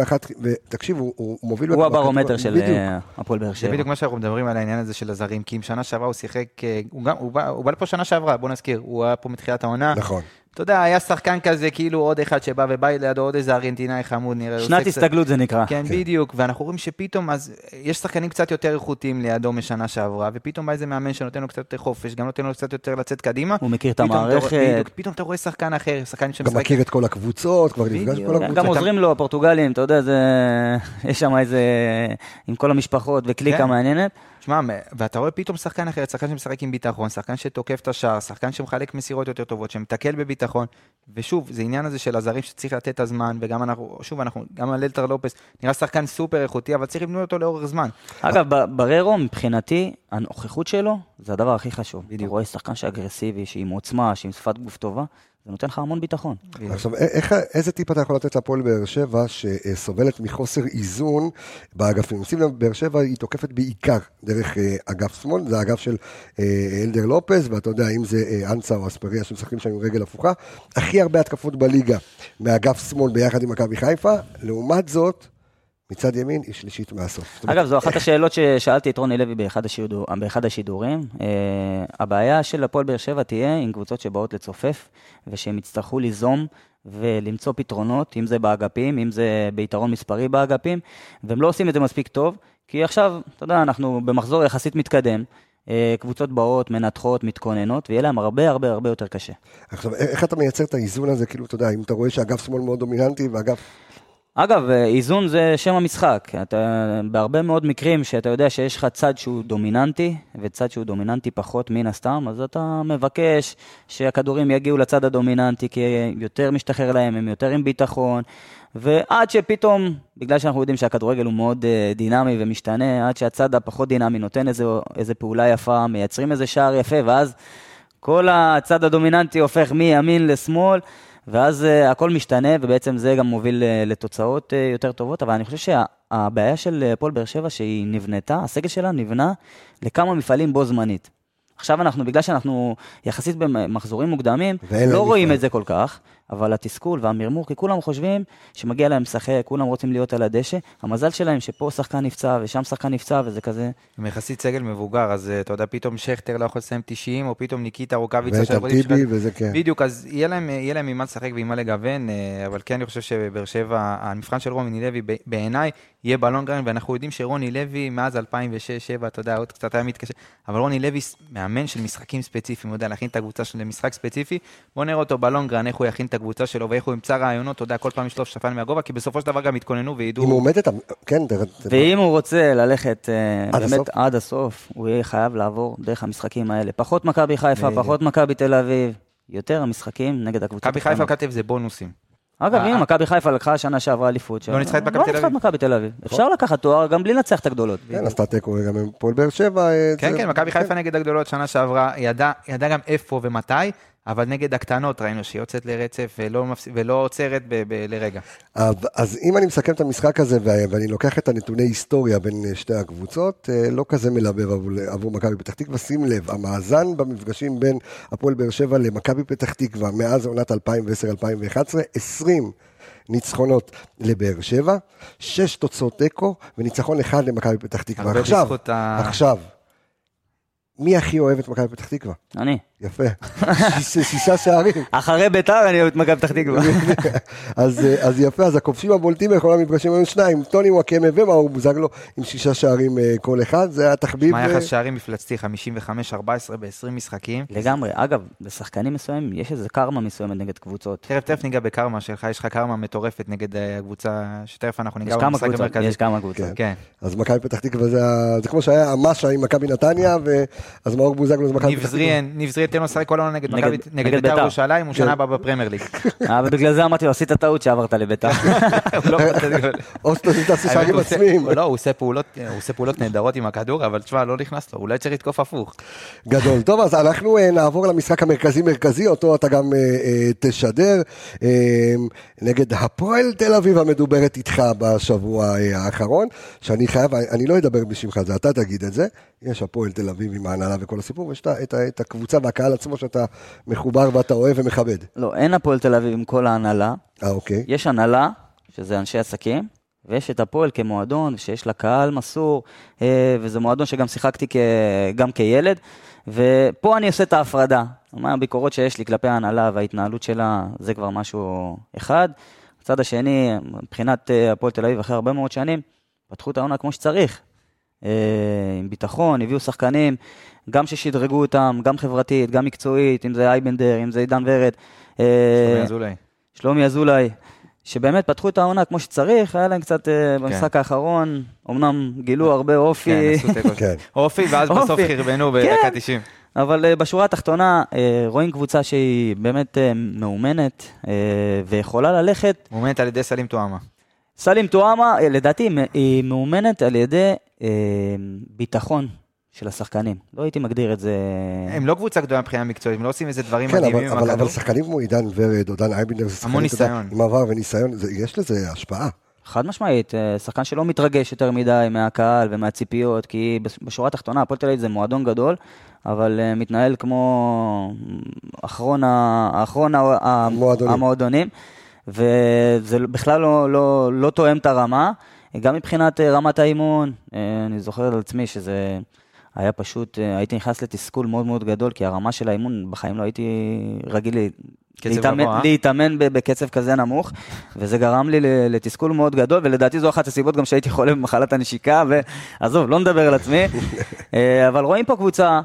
ואחת, ותקשיב, הוא, הוא מוביל... הוא הברומטר של הפועל באר שבע. זה בדיוק מה שאנחנו מדברים על העניין הזה של הזרים, כי אם שנה שעברה הוא שיחק, הוא, גם, הוא, בא, הוא בא לפה שנה שעברה, בוא נזכיר, הוא היה פה מתחילת העונה. נכון. אתה יודע, היה שחקן כזה, כאילו עוד אחד שבא ובא לידו עוד איזה ארגנטינאי חמוד, נראה. שנת הסתגלות זה נקרא. כן, בדיוק, ואנחנו רואים שפתאום, אז יש שחקנים קצת יותר איכותיים לידו משנה שעברה, ופתאום בא איזה מאמן שנותן לו קצת יותר חופש, גם נותן לו קצת יותר לצאת קדימה. הוא מכיר את המערכת. פתאום אתה רואה שחקן אחר, שחקן שמשחק. גם מכיר את כל הקבוצות, כבר נפגש כל הקבוצות. גם עוזרים לו, הפורטוגלים, אתה יודע, יש שם איזה, עם כל המשפחות וקליקה מעניינת. שמע, ואתה רואה פתאום שחקן אחר, שחקן שמשחק עם ביטחון, שחקן שתוקף את השער, שחקן שמחלק מסירות יותר טובות, שמתקל בביטחון, ושוב, זה עניין הזה של הזרים שצריך לתת את הזמן, וגם אנחנו, שוב, אנחנו, גם על אלטר לופס, נראה שחקן סופר איכותי, אבל צריך לבנות אותו לאורך זמן. אגב, בררו, מבחינתי, הנוכחות שלו, זה הדבר הכי חשוב. אתה רואה שחקן שאגרסיבי, שעם עוצמה, שעם שפת גוף טובה, זה נותן לך המון ביטחון. עכשיו, איך, איזה טיפ אתה יכול לתת להפועל באר שבע שסובלת מחוסר איזון באגפים? שים לב, באר שבע היא תוקפת בעיקר דרך אגף שמאל, זה האגף של אלדר לופס, ואתה יודע, אם זה אנסה או אספריה שמשחקים שם עם רגל הפוכה, הכי הרבה התקפות בליגה מאגף שמאל ביחד עם מכבי חיפה, לעומת זאת, מצד ימין היא שלישית מהסוף. אגב, זו אחת השאלות ששאלתי את רוני לוי באחד, השידור, באחד השידורים. Uh, הבעיה של הפועל באר שבע תהיה עם קבוצות שבאות לצופף, ושהם יצטרכו ליזום ולמצוא פתרונות, אם זה באגפים, אם זה ביתרון מספרי באגפים, והם לא עושים את זה מספיק טוב, כי עכשיו, אתה יודע, אנחנו במחזור יחסית מתקדם, uh, קבוצות באות, מנתחות, מתכוננות, ויהיה להם הרבה הרבה הרבה יותר קשה. עכשיו, איך אתה מייצר את האיזון הזה? כאילו, אתה יודע, אם אתה רואה שאגף שמאל מאוד דומיננטי, ואגף... אגב, איזון זה שם המשחק. אתה, בהרבה מאוד מקרים שאתה יודע שיש לך צד שהוא דומיננטי, וצד שהוא דומיננטי פחות מן הסתם, אז אתה מבקש שהכדורים יגיעו לצד הדומיננטי, כי יותר משתחרר להם, הם יותר עם ביטחון, ועד שפתאום, בגלל שאנחנו יודעים שהכדורגל הוא מאוד דינמי ומשתנה, עד שהצד הפחות דינמי נותן איזו, איזו פעולה יפה, מייצרים איזה שער יפה, ואז כל הצד הדומיננטי הופך מימין לשמאל, ואז uh, הכל משתנה, ובעצם זה גם מוביל uh, לתוצאות uh, יותר טובות, אבל אני חושב שהבעיה של הפועל באר שבע שהיא נבנתה, הסגל שלה נבנה לכמה מפעלים בו זמנית. עכשיו אנחנו, בגלל שאנחנו יחסית במחזורים מוקדמים, לא רואים את זה כל כך, אבל התסכול והמרמור, כי כולם חושבים שמגיע להם לשחק, כולם רוצים להיות על הדשא, המזל שלהם שפה שחקן נפצע ושם שחקן נפצע וזה כזה. הם יחסית סגל מבוגר, אז אתה יודע, פתאום שכטר לא יכול לסיים תשעים, או פתאום ניקיטה רוקאביצה. ואיתם טיבי וזה כן. בדיוק, אז יהיה להם, יהיה להם ממה לשחק ועמה לגוון, אבל כן, אני חושב שבאר שבע, המבחן של רוני לוי בעיניי, יהיה בלונגרן, ואנחנו יודעים שרוני לוי מאז אלפיים ושש אלפיים ושבע, אתה יודע, עוד קצת היה מתקשה, אבל רוני לוי מאמן של משחקים ספציפיים, הוא יודע להכין את הקבוצה שלו למשחק ספציפי. בוא נראה אותו בלונגרן, איך הוא יכין את הקבוצה שלו, ואיך הוא ימצא רעיונות, אתה יודע, כל פעם ישלוף שפן מהגובה, כי בסופו של דבר גם יתכוננו וידעו. אם הוא עומד את... כן, ואם הוא רוצה ללכת באמת עד הסוף, הוא יהיה חייב לעבור דרך המשחקים האלה. פחות מכבי חיפה, פחות מכבי תל אביב, יותר המשחקים נגד הקבוצה. מכבי חיפה כתב זה בונוסים. אגב, הנה, מכבי חיפה לקחה שנה שעברה אליפות. לא ניצחה את מכבי תל אביב. לא ניצחה את מכבי תל אביב. אפשר לקחת תואר גם בלי לנצח את הגדולות. כן, אז תעתקו גם עם פועל באר שבע. כן, כן, מכבי חיפה נגד הגדולות שנה שעברה, ידע גם איפה ומתי, אבל נגד הקטנות ראינו שהיא יוצאת לרצף ולא, ולא עוצרת ב- ב- לרגע. אז אם אני מסכם את המשחק הזה ואני לוקח את הנתוני היסטוריה בין שתי הקבוצות, לא כזה מלבב עבור, עבור מכבי פתח תקווה. שים לב, המאזן במפגשים בין הפועל באר שבע למכבי פתח תקווה מאז עונת אלפיים ועשר אלפיים ואחת עשרה, עשרים ניצחונות לבאר שבע, שש תוצאות תיקו וניצחון אחד למכבי פתח תקווה. עכשיו, עכשיו, מי הכי אוהב את מכבי פתח תקווה? אני. יפה. שישה שערים. אחרי ביתר אני אוהב את מכבי פתח תקווה. אז יפה, אז הכובשים הבולטים בכל המפגשים היו שניים, טוני וואקמה ומאור בוזגלו עם שישה שערים כל אחד, זה היה תחביב. מה יחס שערים מפלצתי, חמישים וחמש ארבע עשרה ב-עשרים משחקים? לגמרי, אגב, בשחקנים מסוימים יש איזה קרמה מסוימת נגד קבוצות. תכף תכף ניגע בקרמה שלך, יש לך קרמה מטורפת נגד הקבוצה, שתכף אנחנו ניגע במשחק המרכזי. יש כמה קבוצות. כן. אז מכבי פתח תקווה זה כמו שהיה המשה עם מכבי נתניה, ואז מאור בוזגלו זה מכבי פתח תקווה. נבזרי תן לו לשחק כל העונה נגד מכבי, נגד בית"ר ירושלים, הוא שנה הבא בפרמייר ליג. אבל בגלל זה אמרתי, עשית טעות שעברת לבית"ר. או שתעשה שערים עצמיים. לא, הוא עושה פעולות נהדרות עם הכדור, אבל תשמע, לא נכנס לו, אולי צריך לתקוף הפוך. גדול. טוב, אז אנחנו נעבור למשחק המרכזי-מרכזי, אותו אתה גם תשדר, נגד הפועל תל אביב המדוברת איתך בשבוע האחרון, שאני חייב, אני לא אדבר בשמך, זה אתה תגיד את זה, יש הפועל תל אביב עם ההנהלה וכל הסיפור, ויש את הקבוצה והקהל עצמו שאתה מחובר ואתה אוהב ומכבד. לא, אין הפועל תל אביב עם כל ההנהלה. אה, אוקיי. יש הנהלה, שזה אנשי עסקים, ויש את הפועל כמועדון, שיש לה קהל מסור, וזה מועדון שגם שיחקתי גם כילד, ופה אני עושה את ההפרדה. מה הביקורות שיש לי כלפי ההנהלה וההתנהלות שלה, זה כבר משהו אחד. הצד השני, מבחינת הפועל תל אביב, אחרי הרבה מאוד שנים, פתחו את העונה כמו שצריך. עם ביטחון, הביאו שחקנים, גם ששדרגו אותם, גם חברתית, גם מקצועית, אם זה אייבנדר, אם זה עידן ורד. שלומי אזולאי. שלומי אזולאי, שבאמת פתחו את העונה כמו שצריך, היה להם קצת במשחק האחרון, אמנם גילו הרבה אופי. אופי, ואז בסוף חרבנו בדקה תשעים. אבל בשורה התחתונה, רואים קבוצה שהיא באמת מאומנת, ויכולה ללכת. מאומנת על ידי סלים תואמה. סלים תואמה, לדעתי, היא מאומנת על ידי ביטחון של השחקנים. לא הייתי מגדיר את זה... הם לא קבוצה גדולה מבחינה מקצועית, הם לא עושים איזה דברים כן, מדהימים. אבל, אבל, אבל שחקנים כמו עידן ורד, או דן אייבנדר, המון ניסיון. עם עבר וניסיון, זה, יש לזה השפעה. חד משמעית, שחקן שלא מתרגש יותר מדי מהקהל ומהציפיות, כי בשורה התחתונה, הפועל תל אביב זה מועדון גדול, אבל מתנהל כמו אחרון, האחרון המועדונים. המועדונים, וזה בכלל לא, לא, לא תואם את הרמה, גם מבחינת רמת האימון, אני זוכר על עצמי שזה היה פשוט, הייתי נכנס לתסכול מאוד מאוד גדול, כי הרמה של האימון בחיים לא הייתי רגיל להתאמן, להתאמן בקצב כזה נמוך, וזה גרם לי לתסכול מאוד גדול, ולדעתי זו אחת הסיבות גם שהייתי חולה במחלת הנשיקה, ועזוב, לא נדבר על עצמי, אבל רואים פה קבוצה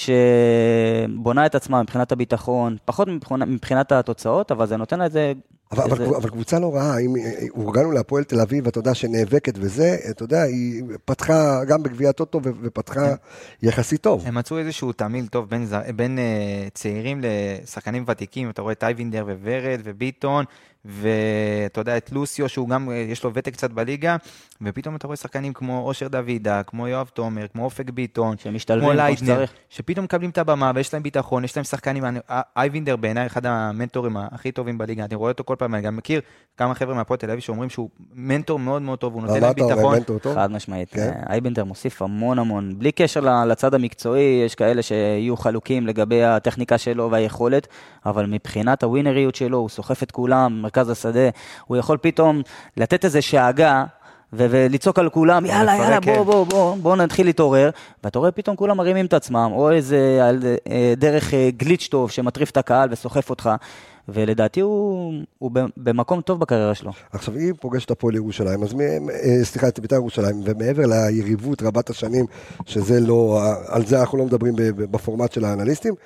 שבונה את עצמה מבחינת הביטחון, פחות מבחינת התוצאות, אבל זה נותן לה את זה... אבל, אבל, אבל קבוצה לא רעה, אם הורגלנו להפועל תל אביב, אתה יודע שנאבקת וזה, אתה יודע, היא פתחה גם בגביע הטוטו ופתחה יחסית טוב. הם מצאו איזשהו תמיל טוב בין, בין uh, צעירים לשחקנים ותיקים, אתה רואה את אייבנדר וורד וביטון, ואתה יודע את לוסיו, שהוא גם, יש לו ותק קצת בליגה, ופתאום אתה רואה שחקנים כמו אושר דוידה, כמו יואב תומר, כמו אופק ביטון, כמו ליידנר, שפתאום מקבלים את הבמה, ויש להם ביטחון, יש להם שחקנים, אייבנדר בעיניי אחד המנטורים הכי טובים בליגה, אני רואה אותו כל פעם, אני גם מכיר כמה חבר'ה מהפועל תל אביב שאומרים שהוא מנטור מאוד מאוד טוב, הוא נותן להם ביטחון. חד משמעית, אייבנדר מוסיף המון המון, בלי קשר לצד המקצועי, יש כאלה שיהיו חלוקים לגבי הטכניקה שלו והיכולת, אבל מבחינת הווינריות שלו, הוא סוחף את כולם, מרכז השדה, הוא יכול פתאום לתת איזה שאגה, ולצעוק על כולם, יאללה, יאללה, בוא, בוא, בוא, בוא נתחיל להתעורר, ואתה רואה פתאום כולם מרימים את עצמם, או איזה דרך גליץ' טוב שמטריף את הקהל וסוחף אותך, ולדעתי הוא, הוא במקום טוב בקריירה שלו. עכשיו, היא פוגשת הפועל ירושלים, אז סליחה, את בית"ר ירושלים, ומעבר ליריבות רבת השנים, שזה לא, על זה אנחנו לא מדברים בפורמט של האנליסטים,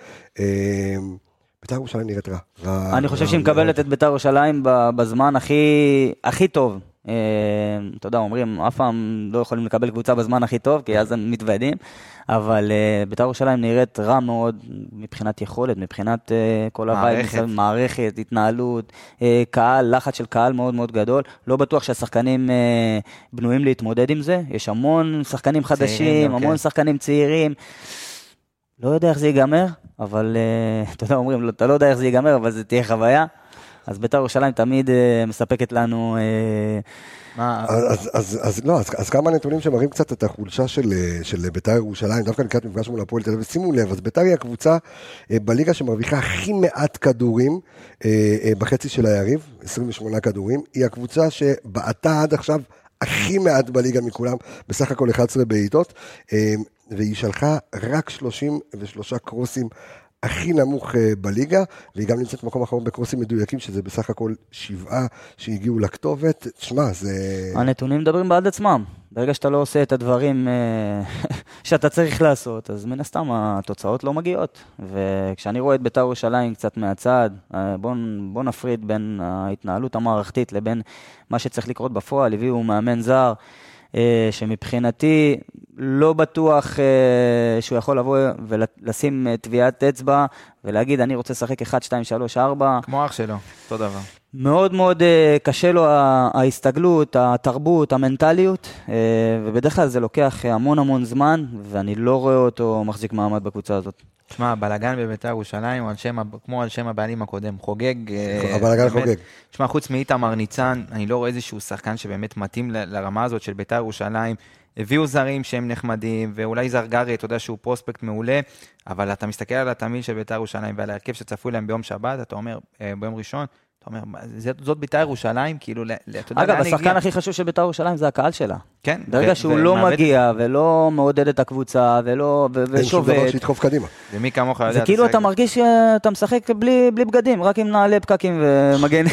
בית"ר ירושלים נראית רע. אני חושב שהיא מקבלת את בית"ר ירושלים בזמן הכי טוב. אתה יודע, אומרים, אף פעם לא יכולים לקבל קבוצה בזמן הכי טוב, כי אז הם מתוועדים, אבל בית"ר ירושלים נראית רע מאוד מבחינת יכולת, מבחינת כל הבית, מערכת, התנהלות, קהל, לחץ של קהל מאוד מאוד גדול. לא בטוח שהשחקנים בנויים להתמודד עם זה. יש המון שחקנים חדשים, המון שחקנים צעירים. לא יודע איך זה ייגמר, אבל אתה יודע, אומרים, אתה לא יודע איך זה ייגמר, אבל זה תהיה חוויה. אז בית"ר ירושלים תמיד מספקת לנו... אז לא, אז כמה נתונים שמראים קצת את החולשה של בית"ר ירושלים, דווקא לקראת מפגש מול הפועל תל אביב, שימו לב, אז בית"ר היא הקבוצה בליגה שמרוויחה הכי מעט כדורים בחצי של היריב, עשרים ושמונה כדורים, היא הקבוצה שבעטה עד עכשיו הכי מעט בליגה מכולם, בסך הכל אחת עשרה בעיטות, והיא שלחה רק שלושים ושלושה קרוסים הכי נמוך בליגה, והיא גם נמצאת במקום אחרון בקרוסים מדויקים, שזה בסך הכל שבעה שהגיעו לכתובת. תשמע, זה... הנתונים מדברים בעד עצמם. ברגע שאתה לא עושה את הדברים שאתה צריך לעשות, אז מן הסתם התוצאות לא מגיעות. וכשאני רואה את בית"ר ירושלים קצת מהצד, בוא, בוא נפריד בין ההתנהלות המערכתית לבין מה שצריך לקרות בפועל. הביאו מאמן זר, שמבחינתי לא בטוח שהוא יכול לבוא ולשים טביעת אצבע ולהגיד אני רוצה לשחק אחת, שתיים, שלוש, ארבע. כמו אח שלו, אותו דבר. מאוד מאוד קשה לו ההסתגלות, התרבות, המנטליות, ובדרך כלל זה לוקח המון המון זמן, ואני לא רואה אותו מחזיק מעמד בקבוצה הזאת. תשמע, הבלגן בבית"ר ירושלים הוא כמו על שם הבעלים הקודם, חוגג. הבלגן חוגג. תשמע, חוץ מאיתמר ניצן, אני לא רואה איזשהו שחקן שבאמת מתאים לרמה הזאת של בית"ר ירושלים. הביאו זרים שהם נחמדים, ואולי זרגרי, אתה יודע שהוא פרוספקט מעולה, אבל אתה מסתכל על התמיל של בית"ר ירושלים ועל ההרכב שצפוי להם ביום שבת, אתה אומר, ביום ראשון, אתה אומר, זאת בית"ר ירושלים, כאילו, אתה יודע, אגב, השחקן הכי חשוב של בית"ר ירושלים זה הקהל שלה. כן. ברגע שהוא לא מגיע, ולא מעודד את הקבוצה, ולא, ושובת. אין שום דבר שידחוף קדימה. ומי כמוך יודע... זה כאילו אתה מרגיש שאתה משחק בלי בגדים, רק עם נעלי פקקים ומגנים.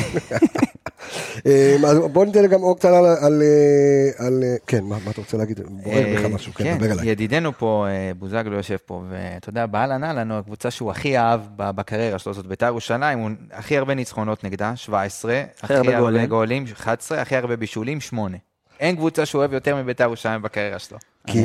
בוא ניתן גם עוד קצת על... כן, מה אתה רוצה להגיד? בוער בך משהו, כן, דבר אליי. ידידנו פה, בוזגלו יושב פה, ואתה יודע, בעל ענה לנו, הקבוצה שהוא הכי אהב בקריירה שלו, זאת בית"ר ירושלים, הוא הכי הרבה ניצחונות נגדה, שבע עשרה, הכי הרבה גולים, אחת עשרה, הכי הרבה בישולים, שמונה. אין קבוצה שהוא אוהב יותר מבית"ר ירושלים בקריירה שלו.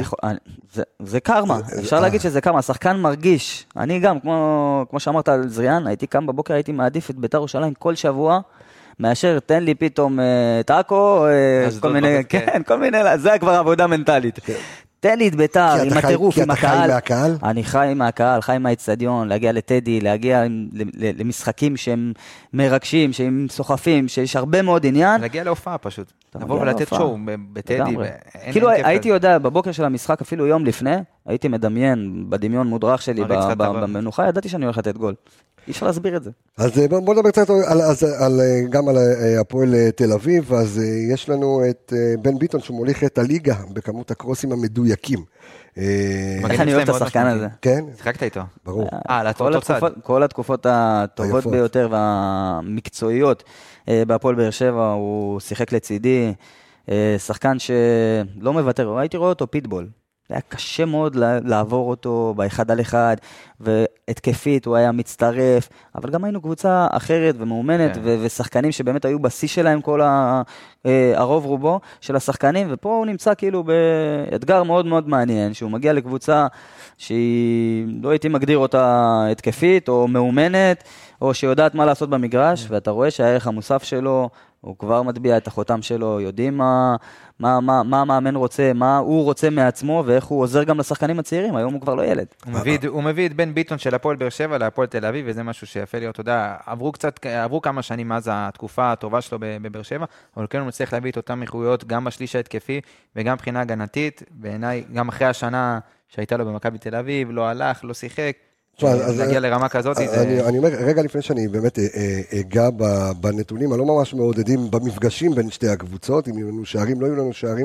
זה קרמה, אפשר להגיד שזה קרמה, השחקן מרגיש, אני גם, כמו שאמרת על זריאן, הייתי קם בבוקר, הייתי מעדיף את בית"ר ירושלים כל שבוע, מאשר תן לי פתאום טאקו, כל מיני, כן, כל מיני, זה כבר עבודה מנטלית. תן לי את בית"ר, עם הטירוף, עם הקהל. אני חי מהקהל, חי מהאצטדיון, להגיע לטדי, להגיע למשחקים שהם מרגשים, שהם סוחפים, שיש הרבה מאוד עניין. להגיע להופעה פשוט. לבוא ולתת שואו בטדי. כאילו הייתי יודע, בבוקר של המשחק, אפילו יום לפני, הייתי מדמיין בדמיון מודרך שלי במנוחה, ידעתי שאני הולך לתת גול. אי אפשר להסביר את זה. אז בוא נדבר קצת גם על הפועל תל אביב, אז יש לנו את בן ביטון שמוליך את הליגה בכמות הקרוסים המדויקים. איך אני אוהב את השחקן הזה. כן? שחקת איתו. ברור. כל התקופות הטובות ביותר והמקצועיות בהפועל באר שבע, הוא שיחק לצידי, שחקן שלא מוותר, הייתי רואה אותו פיטבול. זה היה קשה מאוד לעבור אותו באחד על אחד, והתקפית הוא היה מצטרף, אבל גם היינו קבוצה אחרת ומאומנת, כן. ושחקנים שבאמת היו בשיא שלהם כל הרוב רובו של השחקנים, ופה הוא נמצא כאילו באתגר מאוד מאוד מעניין, שהוא מגיע לקבוצה שהיא, לא הייתי מגדיר אותה התקפית או מאומנת, או שיודעת מה לעשות במגרש, ואתה רואה שהערך המוסף שלו, הוא כבר מטביע את החותם שלו, יודעים מה, מה, מה, מה המאמן רוצה, מה הוא רוצה מעצמו, ואיך הוא עוזר גם לשחקנים הצעירים, היום הוא כבר לא ילד. הוא מביא, הוא מביא את בן ביטון של הפועל באר שבע להפועל תל אביב, וזה משהו שיפה להיות, אתה יודע, עברו קצת, עברו כמה שנים מאז התקופה הטובה שלו בבאר שבע, אבל כן הוא מצליח להביא את אותם איכויות, גם בשליש ההתקפי, וגם מבחינה הגנתית, בעיניי, גם אחרי השנה שהייתה לו במכבי תל אביב, לא הלך, לא שיחק, להגיע לרמה כזאת. אני אומר, רגע לפני שאני באמת אגע בנתונים, הלא ממש מעודדים במפגשים בין שתי הקבוצות, אם יהיו לנו שערים, לא יהיו לנו שערים,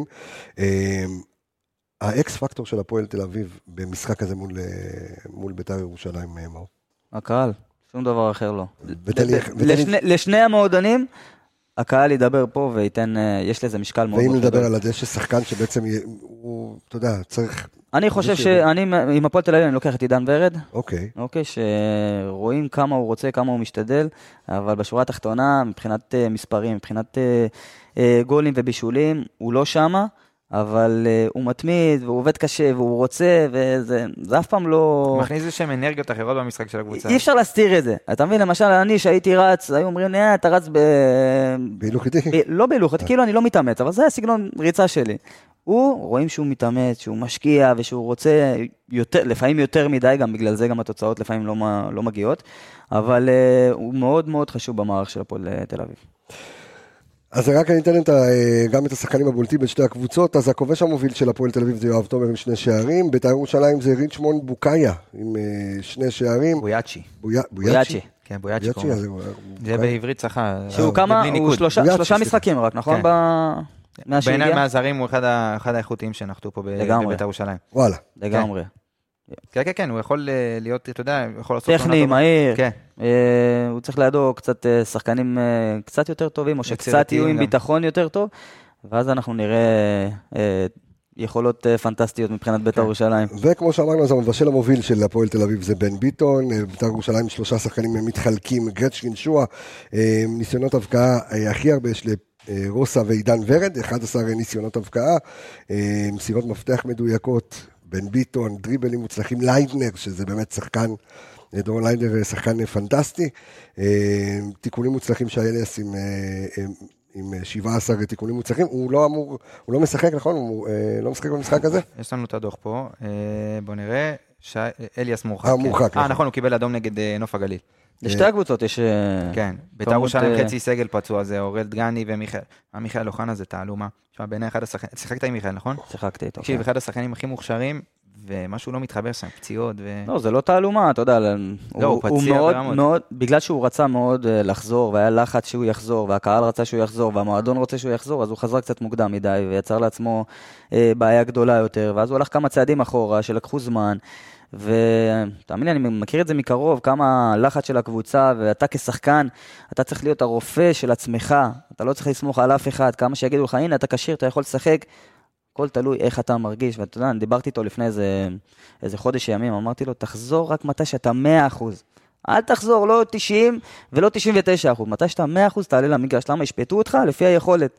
האקס פקטור של הפועל תל אביב במשחק הזה מול בית"ר ירושלים, מאור. הקהל, שום דבר אחר לא. לשני המועדונים, הקהל ידבר פה וייתן, יש לזה משקל מאוד. ואם נדבר על הדשא, שחקן שבעצם הוא, אתה יודע, צריך... אני חושב שאני, עם הפועל תל אביב, אני לוקח את עידן ורד. אוקיי. אוקיי, שרואים כמה הוא רוצה, כמה הוא משתדל, אבל בשורה התחתונה, מבחינת מספרים, מבחינת גולים ובישולים, הוא לא שמה, אבל הוא מתמיד, והוא עובד קשה, והוא רוצה, וזה אף פעם לא... הוא מכניס איזה שהם אנרגיות אחרות במשחק של הקבוצה. אי אפשר להסתיר את זה. אתה מבין, למשל, אני שהייתי רץ, היו אומרים, נה, אתה רץ ב... בהילוך איתי? לא בהילוך איתי, כאילו אני לא מתאמץ, אבל זה הסגנון ריצה שלי. הוא, רואים שהוא מתאמץ, שהוא משקיע, ושהוא רוצה יותר, לפעמים יותר מדי, גם בגלל זה גם התוצאות לפעמים לא, לא מגיעות, אבל uh, הוא מאוד מאוד חשוב במערך של הפועל תל אביב. אז רק אני אתן גם את השחקנים הבולטים בין שתי הקבוצות, אז הכובש המוביל של הפועל תל אביב זה יואב תומר עם שני שערים, בית"ר ירושלים זה ריצ'מונד בוקאיה עם שני שערים. בויאצ'י. בויאצ'י. כן, בויאצ'י. זה בעברית צחה. שהוא כמה, הוא שלושה משחקים רק, נכון? בעיניי מהזרים הוא אחד האיכותיים שנחתו פה בבית"ר ירושלים. וואלה. לגמרי. כן, כן, כן, הוא יכול להיות, אתה יודע, הוא יכול לעשות... טכני, מהיר, הוא צריך לידו קצת שחקנים קצת יותר טובים, או שקצת יהיו עם ביטחון יותר טוב, ואז אנחנו נראה יכולות פנטסטיות מבחינת בית"ר ירושלים. וכמו שאמרנו, אז המבשל המוביל של הפועל תל אביב זה בן ביטון, בית"ר ירושלים שלושה שחקנים מתחלקים, גרצ'קין שואה, ניסיונות הבקעה הכי הרבה יש לרוסה ועידן ורד, אחד עשר ניסיונות הבקעה, מסירות מפתח מדויקות, בן ביטון, דריבלים מוצלחים, ליידנר, שזה באמת שחקן, דורון ליידנר שחקן פנטסטי, תיקונים מוצלחים שהילס עם, עם שבעה עשר תיקונים מוצלחים, הוא לא אמור, הוא לא משחק, נכון? הוא לא משחק במשחק הזה? יש לנו את הדוח פה, בוא נראה, אליאס מורחק. אה, מורחק. אה, נכון, הוא קיבל אדום נגד נוף הגליל. לשתי הקבוצות יש... כן, בית"ר ירושלים חצי סגל פצוע, זה אורל דגני ומיכאל, מיכאל אוחנה זה תעלומה. תשמע, בעיני אחד השחקנים, שיחקת עם מיכאל, נכון? שיחקתי איתו. תקשיב, אחד השחקנים הכי מוכשרים, ומשהו לא מתחבר שם, פציעות ו... לא, זה לא תעלומה, אתה יודע, לא, הוא פציע ברמות. בגלל שהוא רצה מאוד לחזור, והיה לחץ שהוא יחזור, והקהל רצה שהוא יחזור, והמועדון רוצה שהוא יחזור, אז הוא חזר קצת מוקדם מדי, ויצר לעצמו בעיה גדולה יותר, ואז הוא הלך כמה צעדים אחורה, שלקחו זמן, ותאמין לי, אני מכיר את זה מקרוב, כמה לחץ של הקבוצה, ואתה כשחקן, אתה צריך להיות הרופא של עצמך, אתה לא צריך לסמוך על אף אחד, כמה שיגידו לך, הנה, אתה קשיר, אתה יכול לשחק, הכל תלוי איך אתה מרגיש, ואתה יודע, אני דיברתי איתו לפני איזה, איזה חודש ימים, אמרתי לו, תחזור רק מתי שאתה מאה אחוז, אל תחזור, לא תשעים ולא תשעים ותשע אחוז, מתי שאתה מאה אחוז תעלה למגרש, למה ישפטו אותך לפי היכולת.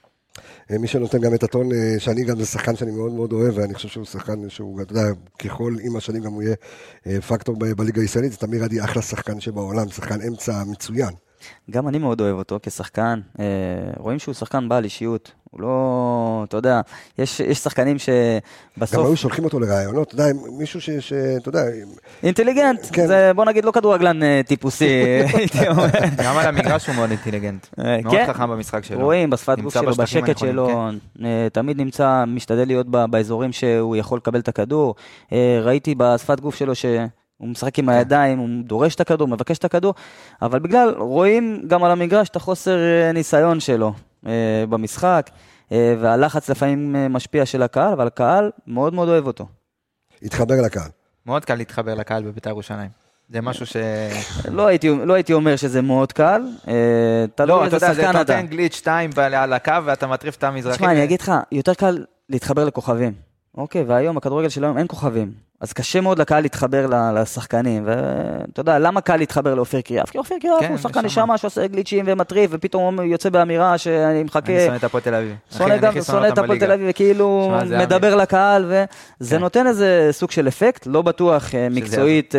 מי שנותן גם את הטון, שאני גם זה שחקן שאני מאוד מאוד אוהב, ואני חושב שהוא שחקן שהוא, אתה יודע, ככל עם השנים גם הוא יהיה פקטור בליגה הישראלית, זה תמיר עדי אחלה שחקן שבעולם, שחקן אמצע מצוין. גם אני מאוד אוהב אותו כשחקן, רואים שהוא שחקן בעל אישיות, הוא לא, אתה יודע, יש, יש שחקנים שבסוף... גם היו שולחים אותו לרעיונות, אתה יודע, מישהו ש... ש אתה יודע... אינטליגנט, כן. זה בוא נגיד לא כדורגלן טיפוסי, הייתי אומר. גם על המגרש הוא מאוד אינטליגנט, מאוד כן. חכם במשחק שלו. רואים, בשפת גוף שלו, בשקט שלו, כן. תמיד נמצא, משתדל להיות באזורים שהוא יכול לקבל את הכדור, ראיתי בשפת גוף שלו ש... הוא משחק עם הידיים, הוא דורש את הכדור, מבקש את הכדור, אבל בגלל, רואים גם על המגרש את החוסר ניסיון שלו אה, במשחק, אה, והלחץ לפעמים משפיע של הקהל, אבל הקהל מאוד מאוד אוהב אותו. התחבר לקהל. מאוד קל להתחבר לקהל בבית"ר ירושלים. זה משהו ש... לא הייתי, לא הייתי אומר שזה מאוד קל, אה, לא, אתה יודע, זה נותן גליץ' שתיים על הקו, ואתה מטריף את המזרחים. תשמע, אני אגיד לך, יותר קל להתחבר לכוכבים. אוקיי, והיום, הכדורגל של היום אין כוכבים. אז קשה מאוד לקהל להתחבר לשחקנים, ואתה יודע, למה קל להתחבר לאופיר קריאף? כי אופיר קריאף הוא שחקן נשמה שעושה גליצ'ים ומטריף, ופתאום הוא יוצא באמירה שאני מחכה... אני שונא את הפועל תל אביב. שונא את הפועל תל אביב, וכאילו מדבר לקהל, וזה נותן איזה סוג של אפקט, לא בטוח מקצועית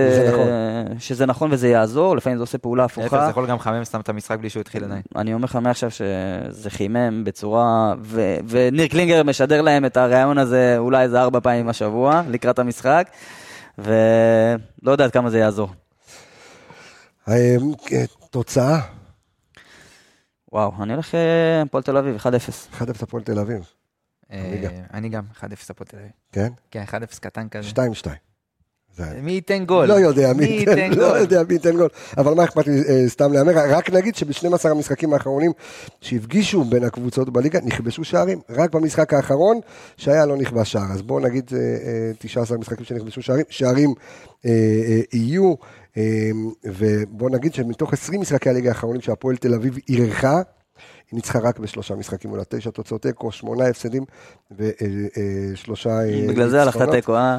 שזה נכון וזה יעזור, לפעמים זה עושה פעולה הפוכה. זה יכול גם חמם סתם את המשחק בלי שהוא התחיל עדיין. אני אומר לך מעכשיו שזה חימם בצורה, וניר קלינגר משדר להם את הרעיון הזה אולי איזה ארבע פעמים השבוע, לקראת המשחק. ולא יודעת כמה זה יעזור. תוצאה? וואו, אני הולך הפועל תל אביב, אחד אפס. אחד אפס הפועל תל אביב. אני גם, אחד אפס הפועל תל אביב. כן? כן, אחד אפס קטן כזה. שתיים שתיים. מי ייתן גול? לא יודע מי ייתן גול. לא יודע מי ייתן גול. אבל מה אכפת לי סתם להאמר? רק נגיד שב-שנים עשר המשחקים האחרונים שהפגישו בין הקבוצות בליגה, נכבשו שערים. רק במשחק האחרון שהיה לא נכבש שער. אז בואו נגיד תשעה עשר משחקים שנכבשו שערים. שערים יהיו, ובואו נגיד שמתוך עשרים משחקי הליגה האחרונים שהפועל תל אביב עירכה, היא ניצחה רק בשלושה משחקים, אולי תשע תוצאות אקו, שמונה הפסדים ושלושה... בגלל זה הלכת אקו, אה?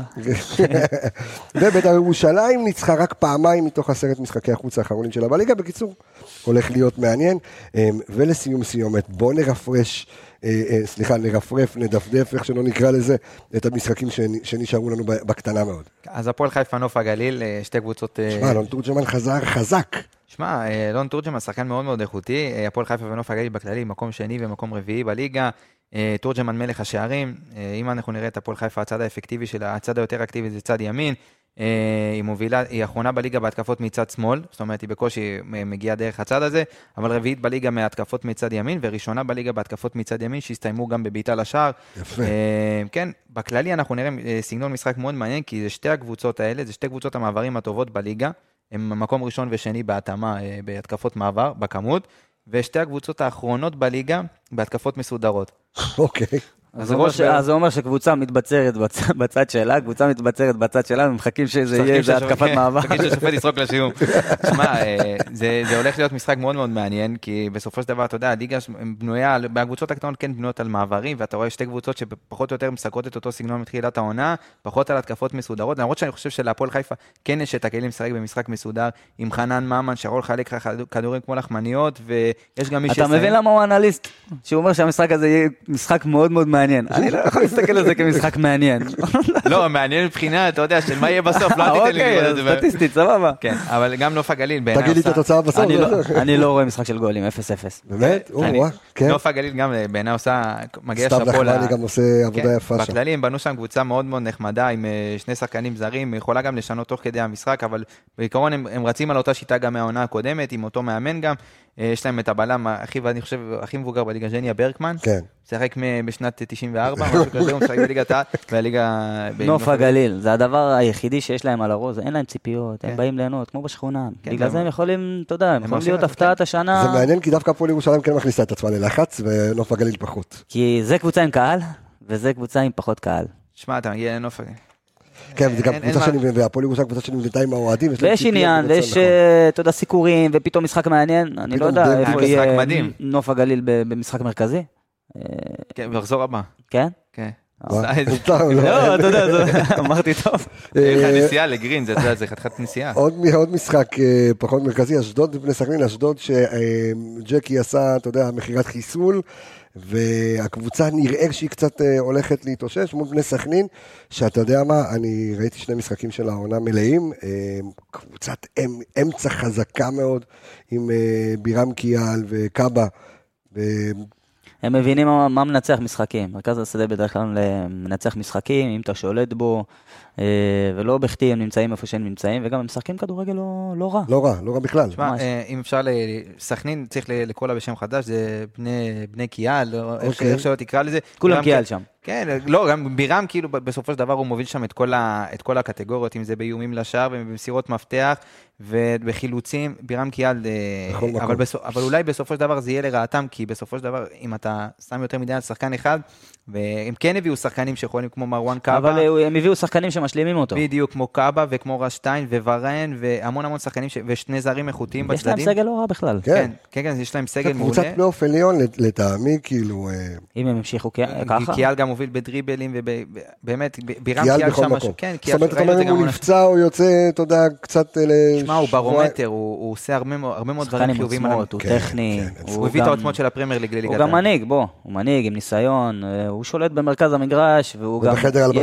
ובית"ר ירושלים ניצחה רק פעמיים מתוך עשרת משחקי החוץ האחרונים שלה בליגה. בקיצור, הולך להיות מעניין. ולסיום סיומת, בוא נרפרש, סליחה, נרפרף, נדפדף, איך שלא נקרא לזה, את המשחקים שנשארו לנו בקטנה מאוד. אז הפועל חיפה נוף הגליל, שתי קבוצות... שמע, אלון תורג'מן חזר חזק. שמע, אלון תורג'מן שחקן מאוד מאוד איכותי, הפועל חיפה ונוף הגליל בכללי, מקום שני ומקום רביעי בליגה, תורג'מן מלך השערים, אם אנחנו נראה את הפועל חיפה, הצד האפקטיבי שלה, הצד היותר אקטיבי זה צד ימין, היא מובילה, היא האחרונה בליגה בהתקפות מצד שמאל, זאת אומרת היא בקושי מגיעה דרך הצד הזה, אבל רביעית בליגה מהתקפות מצד ימין, וראשונה בליגה בהתקפות מצד ימין, שהסתיימו גם בביתה לשער. יפה. כן, בכללי אנחנו נראה סגנון משחק מאוד מעניין, כי זה שתי הקבוצות האלה, זה שתי קבוצות המעברים הטובות בליגה, הם מקום ראשון ושני בהתאמה בהתקפות מעבר, בכמות, ושתי הקבוצות האחרונות בליגה בהתקפות מסודרות. אוקיי. אז זה אומר שקבוצה מתבצרת בצד שלה, קבוצה מתבצרת בצד שלה, ומחכים שזה יהיה איזה התקפת מעבר. מחכים שהשופט יסרוק לשיום. שמע, זה הולך להיות משחק מאוד מאוד מעניין, כי בסופו של דבר, אתה יודע, הליגה בנויה, בהקבוצות הקטנות כן בנויות על מעברים, ואתה רואה שתי קבוצות שפחות או יותר מסקרות את אותו סגנון מתחילת העונה, פחות על התקפות מסודרות, למרות שאני חושב שלהפועל חיפה כן יש את הכלים לשחק במשחק מסודר, עם חנן ממן, שיכול לחלק כדורים כמו לחמניות, ויש גם מי אתה מבין למה הוא אנליסט? שהוא אומר שהמשחק הזה יהיה משחק מאוד מאוד מעניין. אני לא יכול להסתכל על זה כמשחק מעניין. לא, מעניין מבחינה, אתה יודע, של מה יהיה בסוף, לא תיתן לי לראות את זה. סטטיסטית, סבבה. כן, אבל גם נוף הגליל. תגיד לי את התוצאה בסוף. אני לא רואה משחק של גולים, אפס אפס. באמת? נוף הגליל גם בעיניי עושה, מגיע סתם שפול. נחמני גם עושה עבודה יפה שם. בכללי הם בנו שם קבוצה מאוד מאוד נחמדה, עם שני שחקנים זרים, יכולה גם לשנות תוך כדי המשחק, אבל בעיקרון הם רצים על אותה שיטה גם מהעונה הקודמת, עם אותו מאמן גם. יש להם את הבלם, הכי, ואני חושב, הכי מבוגר בליגה, ז'ניה ברקמן. כן. שיחק בשנת תשעים וארבע, משהו כזה, הוא משחק בליגת העל, והליגה... נוף הגליל, זה הדבר היחידי שיש להם על הראש, אין להם ציפיות, הם באים ליהנות, כמו בשכונה. בגלל זה הם יכולים, אתה יודע, הם יכולים להיות הפתעת השנה. זה מעניין, כי דווקא הפועל ירושלים כן מכניסה את עצמה ללחץ, ונוף הגליל פחות. כי זה קבוצה עם קהל, וזה קבוצה עם פחות קהל. שמע, אתה מגיע לנוף הגליל. כן, זה גם קבוצה שלי, והפועל ירושלים קבוצה שלי נמדדה עם האוהדים. ויש עניין, ויש, אתה יודע, סיקורים, ופתאום משחק מעניין, אני לא יודע איפה יהיה נוף הגליל במשחק מרכזי. כן, ולחזור הבא. כן? כן. לא, אתה יודע, אמרתי טוב. אין לך נסיעה לגרין, זה חתיכת נסיעה. עוד משחק פחות מרכזי, אשדוד בני סכנין, אשדוד שג'קי עשה, אתה יודע, מכירת חיסול, והקבוצה נראה שהיא קצת הולכת להתאושש מול בני סכנין, שאתה יודע מה, אני ראיתי שני משחקים של העונה מלאים, קבוצת אמצע חזקה מאוד, עם בירם קיאל וקאבה, הם מבינים מה, מה מנצח משחקים. מרכז השדה בדרך כלל מנצח משחקים, אם אתה שולט בו, ולא בכדי הם נמצאים איפה שהם נמצאים, וגם הם משחקים כדורגל לא, לא רע. לא רע, לא רע בכלל. שמה, אם אפשר לסכנין, צריך לקרוא לה בשם חדש, זה בני, בני קיאל, איך, איך שלא תקרא לזה. כולם קיאל שם. כן, לא, גם בירם כאילו בסופו של דבר הוא מוביל שם את כל, ה, את כל הקטגוריות, אם זה באיומים לשער ובמסירות מפתח ובחילוצים, בירם קיאל, אבל, בסופ, אבל אולי בסופו של דבר זה יהיה לרעתם, כי בסופו של דבר, אם אתה שם יותר מדי על שחקן אחד, והם כן הביאו שחקנים שיכולים כמו מרואן קאבה. אבל הם הביאו שחקנים שמשלימים אותו. בדיוק, כמו קאבה וכמו רשטיין וורן, והמון המון שחקנים, ש... ושני זרים איכותיים בצדדים. יש להם סגל לא רע בכלל. כן, כן, כן, יש להם סגל מעולה. קבוצת פלייאוף עליון לטעמי, כאילו... אם הם המשיכו ככה. קיאל גם מוביל בדריבלים, ובאמת, בירם קיאל בכל מקום. זאת אומרת, אם הוא נפצע, הוא יוצא, אתה יודע, קצת... שמע, הוא ברומטר, הוא עושה הרבה מאוד דברים חיובים. הוא טכני. הוא הביא את העוצמות של הפרמייר ליג לליגת העל. הוא גם מנהיג, בוא, הוא מנהיג עם ניסיון, הוא שולט במרכז המגרש, והוא גם,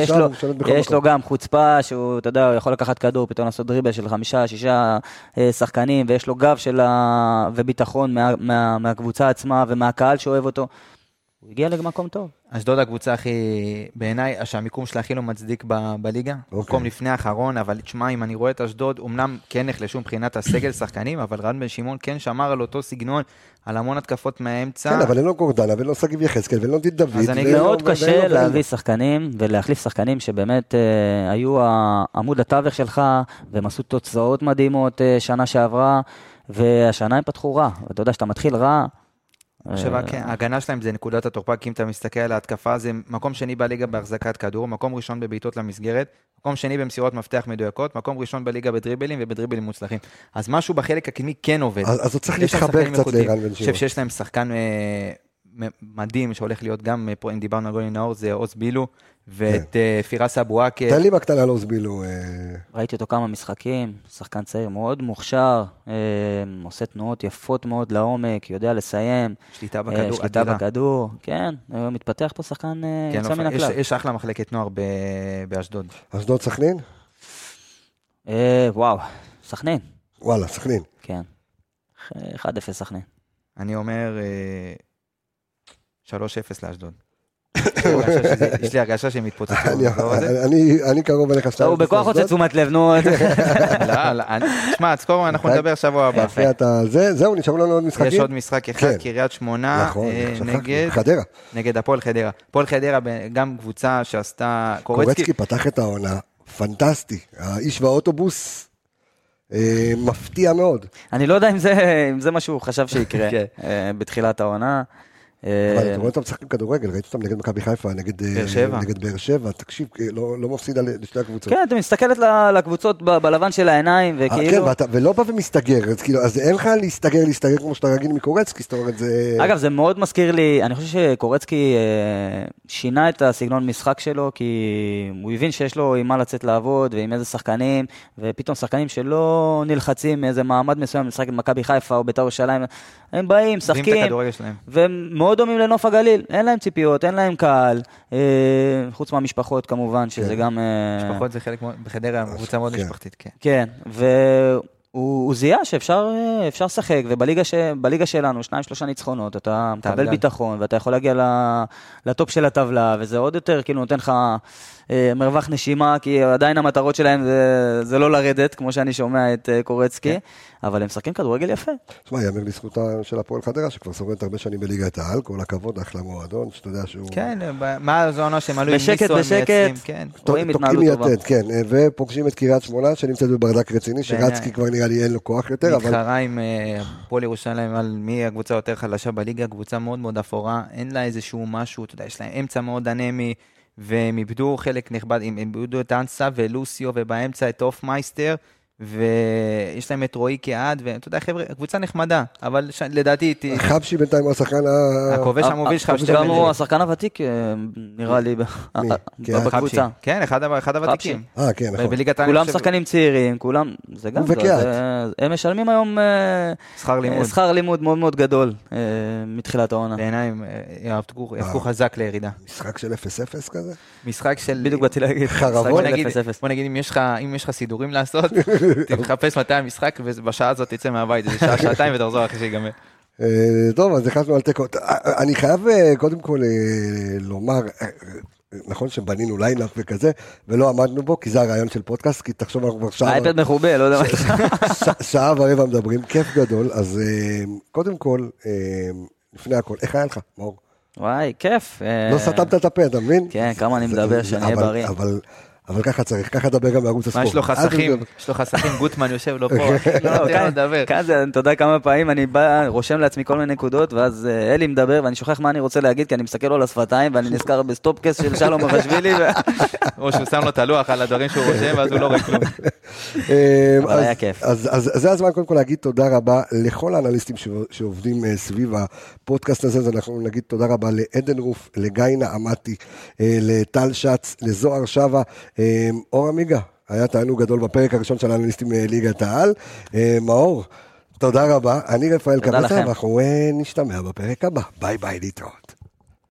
יש לו גם חוצפה, שהוא, אתה יודע, הוא יכול לקחת כדור, פתאום לעשות דריבל של חמישה, שישה שחקנים, ויש לו גב של וביטחון מהקבוצה עצמה, ומהקהל שאוהב אותו. הוא הגיע למקום טוב. אשדוד הקבוצה הכי, בעיניי, שהמיקום שלה הכי לא מצדיק ב- בליגה, מקום לפני האחרון, אבל תשמע, אם אני רואה את אשדוד, אמנם כן נחלשו מבחינת הסגל שחקנים, אבל רן בן שמעון כן שמר על אותו סגנון, על המון התקפות מהאמצע. כן, אבל אין לו גורדנה, ואין לו שגיב יחזקאל, ואין לו דין דוד. אז אני מאוד קשה להביא שחקנים, ולהחליף שחקנים שבאמת היו עמוד התווך שלך, והם עשו תוצאות מדהימות שנה שעברה, והשנה הם פתחו רע. ואתה יודע שאתה מתחיל רע, עכשיו, ההגנה שלהם זה נקודת התורפה, כי אם אתה מסתכל על ההתקפה, זה מקום שני בליגה בהחזקת כדור, מקום ראשון בבעיטות למסגרת, מקום שני במסירות מפתח מדויקות, מקום ראשון בליגה בדריבלים ובדריבלים מוצלחים. אז משהו בחלק הקדמי כן עובד. אז הוא צריך להתחבר קצת לרן בן שמעון. אני חושב שיש להם שחקן מדהים, שהולך להיות גם, אם דיברנו על גולי נאור, זה עוז בילו, ואת פירס אבואקה. תן לי בקטנה על עוז בילו. ראיתי אותו כמה משחקים, שחקן צעיר מאוד מוכשר, עושה תנועות יפות מאוד לעומק, יודע לסיים. שליטה בכדור. שליטה בכדור, כן. מתפתח פה שחקן יוצא מן הכלל. יש אחלה מחלקת נוער באשדוד. אשדוד סכנין? וואו, סכנין. וואלה, סכנין. כן. אחד אפס סכנין. אני אומר שלוש אפס לאשדוד. יש לי הרגשה שהם מתפוצצו. אני קרוב אליך שתיים. הוא בכוח רוצה תשומת לב, נו. לא, לא, תשמע, תזכור, אנחנו נדבר שבוע הבא. זהו, נשאר לנו עוד משחקים. יש עוד משחק אחד, קריית שמונה, נגד הפועל חדרה. הפועל חדרה גם קבוצה שעשתה... קורצקי פתח את העונה, פנטסטי. האיש והאוטובוס מפתיע מאוד. אני לא יודע אם זה מה שהוא חשב שיקרה בתחילת העונה. אבל אתה רואה אותם משחקים כדורגל, ראיתי אותם נגד מכבי חיפה, נגד באר שבע, תקשיב, לא מפסיד לשתי הקבוצות. כן, אתה מסתכלת לקבוצות בלבן של העיניים, וכאילו... כן, ולא בא ומסתגר, אז אין לך להסתגר, להסתגר כמו שאתה רגיל מקורצקי, זאת אומרת, זה... אגב, זה מאוד מזכיר לי, אני חושב שקורצקי שינה את הסגנון משחק שלו, כי הוא הבין שיש לו עם מה לצאת לעבוד, ועם איזה שחקנים, ופתאום שחקנים שלא נלחצים מאיזה מעמד מסוים, לשחק עם מכבי חיפה או בית"ר ירושלים, הם באים, משחקים, והם מאוד דומים לנוף הגליל, אין להם ציפיות, אין להם קהל, חוץ מהמשפחות כמובן, שזה גם... משפחות זה חלק, בחדרה, קבוצה מאוד משפחתית, כן. כן, הוא, הוא זיהה שאפשר אפשר לשחק, ובליגה ש, בליגה שלנו, שניים, שלושה ניצחונות, אתה מקבל ביטחון, ואתה יכול להגיע לטופ של הטבלה, וזה עוד יותר, כאילו נותן לך אה, מרווח נשימה, כי עדיין המטרות שלהם זה, זה לא לרדת, כמו שאני שומע את אה, קורצקי, אבל הם משחקים כדורגל יפה. תשמע, יאמר לזכותה של הפועל חדרה, שכבר סובלת הרבה שנים בליגת העל, כל הכבוד, אחלה מועדון, שאתה יודע שהוא... כן, מה זו עונה שהם עלו עם בשקט, בשקט, רואים התנהלות טובה. כן, ופוגשים את קריית שמונה, שנמצאת בברדק רציני, שרצקי כבר נראה לי אין לו כוח יותר, אבל... מתחרה עם הפועל ירושלים על מי הקבוצה יותר חלשה בליגה, קבוצה מאוד מאוד אפורה, אין לה איזשהו משהו, אתה יודע, יש להם אמצע מאוד אנמי, והם איבדו חלק נכבד, הם איבדו את אנסה ולוסיו, ובאמצע את אוף מייסטר, ויש להם את רועי כעד, ואתה יודע, חבר'ה, קבוצה נחמדה, אבל לדעתי... חבשי בינתיים הוא השחקן הכובש המוביל שלך, גם הוא השחקן הוותיק, נראה לי, בקבוצה. כן, אחד הוותיקים. אה, כן, נכון. כולם שחקנים צעירים, כולם... זה גם... הם משלמים היום שכר לימוד מאוד מאוד גדול, מתחילת העונה. בעיניי הם יהפכו חזק לירידה. משחק של אפס אפס כזה? משחק של... בדיוק באתי להגיד. חרבון? בוא נגיד, אם יש לך סידורים לעשות, תחפש מתי המשחק, ובשעה הזאת תצא מהבית, זה שעה, שעתיים, ותחזור אחרי שיגמר. טוב, אז החלטנו על תיקו. אני חייב קודם כל לומר, נכון שבנינו ליינאפ וכזה, ולא עמדנו בו, כי זה הרעיון של פודקאסט, כי תחשוב אנחנו כבר שעה... האייפד מחובה, לא יודע מה. שעה ורבע מדברים, כיף גדול, אז קודם כל, לפני הכל, איך היה לך, מאור? וואי, כיף. לא סתמת את הפה, אתה מבין? כן, כמה אני מדבר, שאני אהיה בריא. אבל... אבל ככה צריך, ככה דבר גם בערוץ הספורט. מה, יש לו חסכים, יש לו חסכים, גוטמן יושב לו פה, כאן זה, אתה יודע כמה פעמים אני בא, רושם לעצמי כל מיני נקודות, ואז אלי מדבר, ואני שוכח מה אני רוצה להגיד, כי אני מסתכל לו על השפתיים, ואני נזכר בסטופקאסט של שלום מחשבילי, או שהוא שם לו את הלוח על הדברים שהוא רושם, ואז הוא לא רואה כלום. אבל היה כיף. אז זה הזמן קודם כל להגיד תודה רבה לכל האנליסטים שעובדים סביב הפודקאסט הזה, אז אנחנו נגיד תודה רבה לעדן רוף, לגיא נעמתי, לטל שץ, לזוהר שווה, אור עמיגה, היה תענוג גדול בפרק הראשון של האנליסטים ליגת העל. מאור, תודה רבה, אני רפאל קבצה, ואנחנו נשתמע בפרק הבא. ביי ביי, להתראות.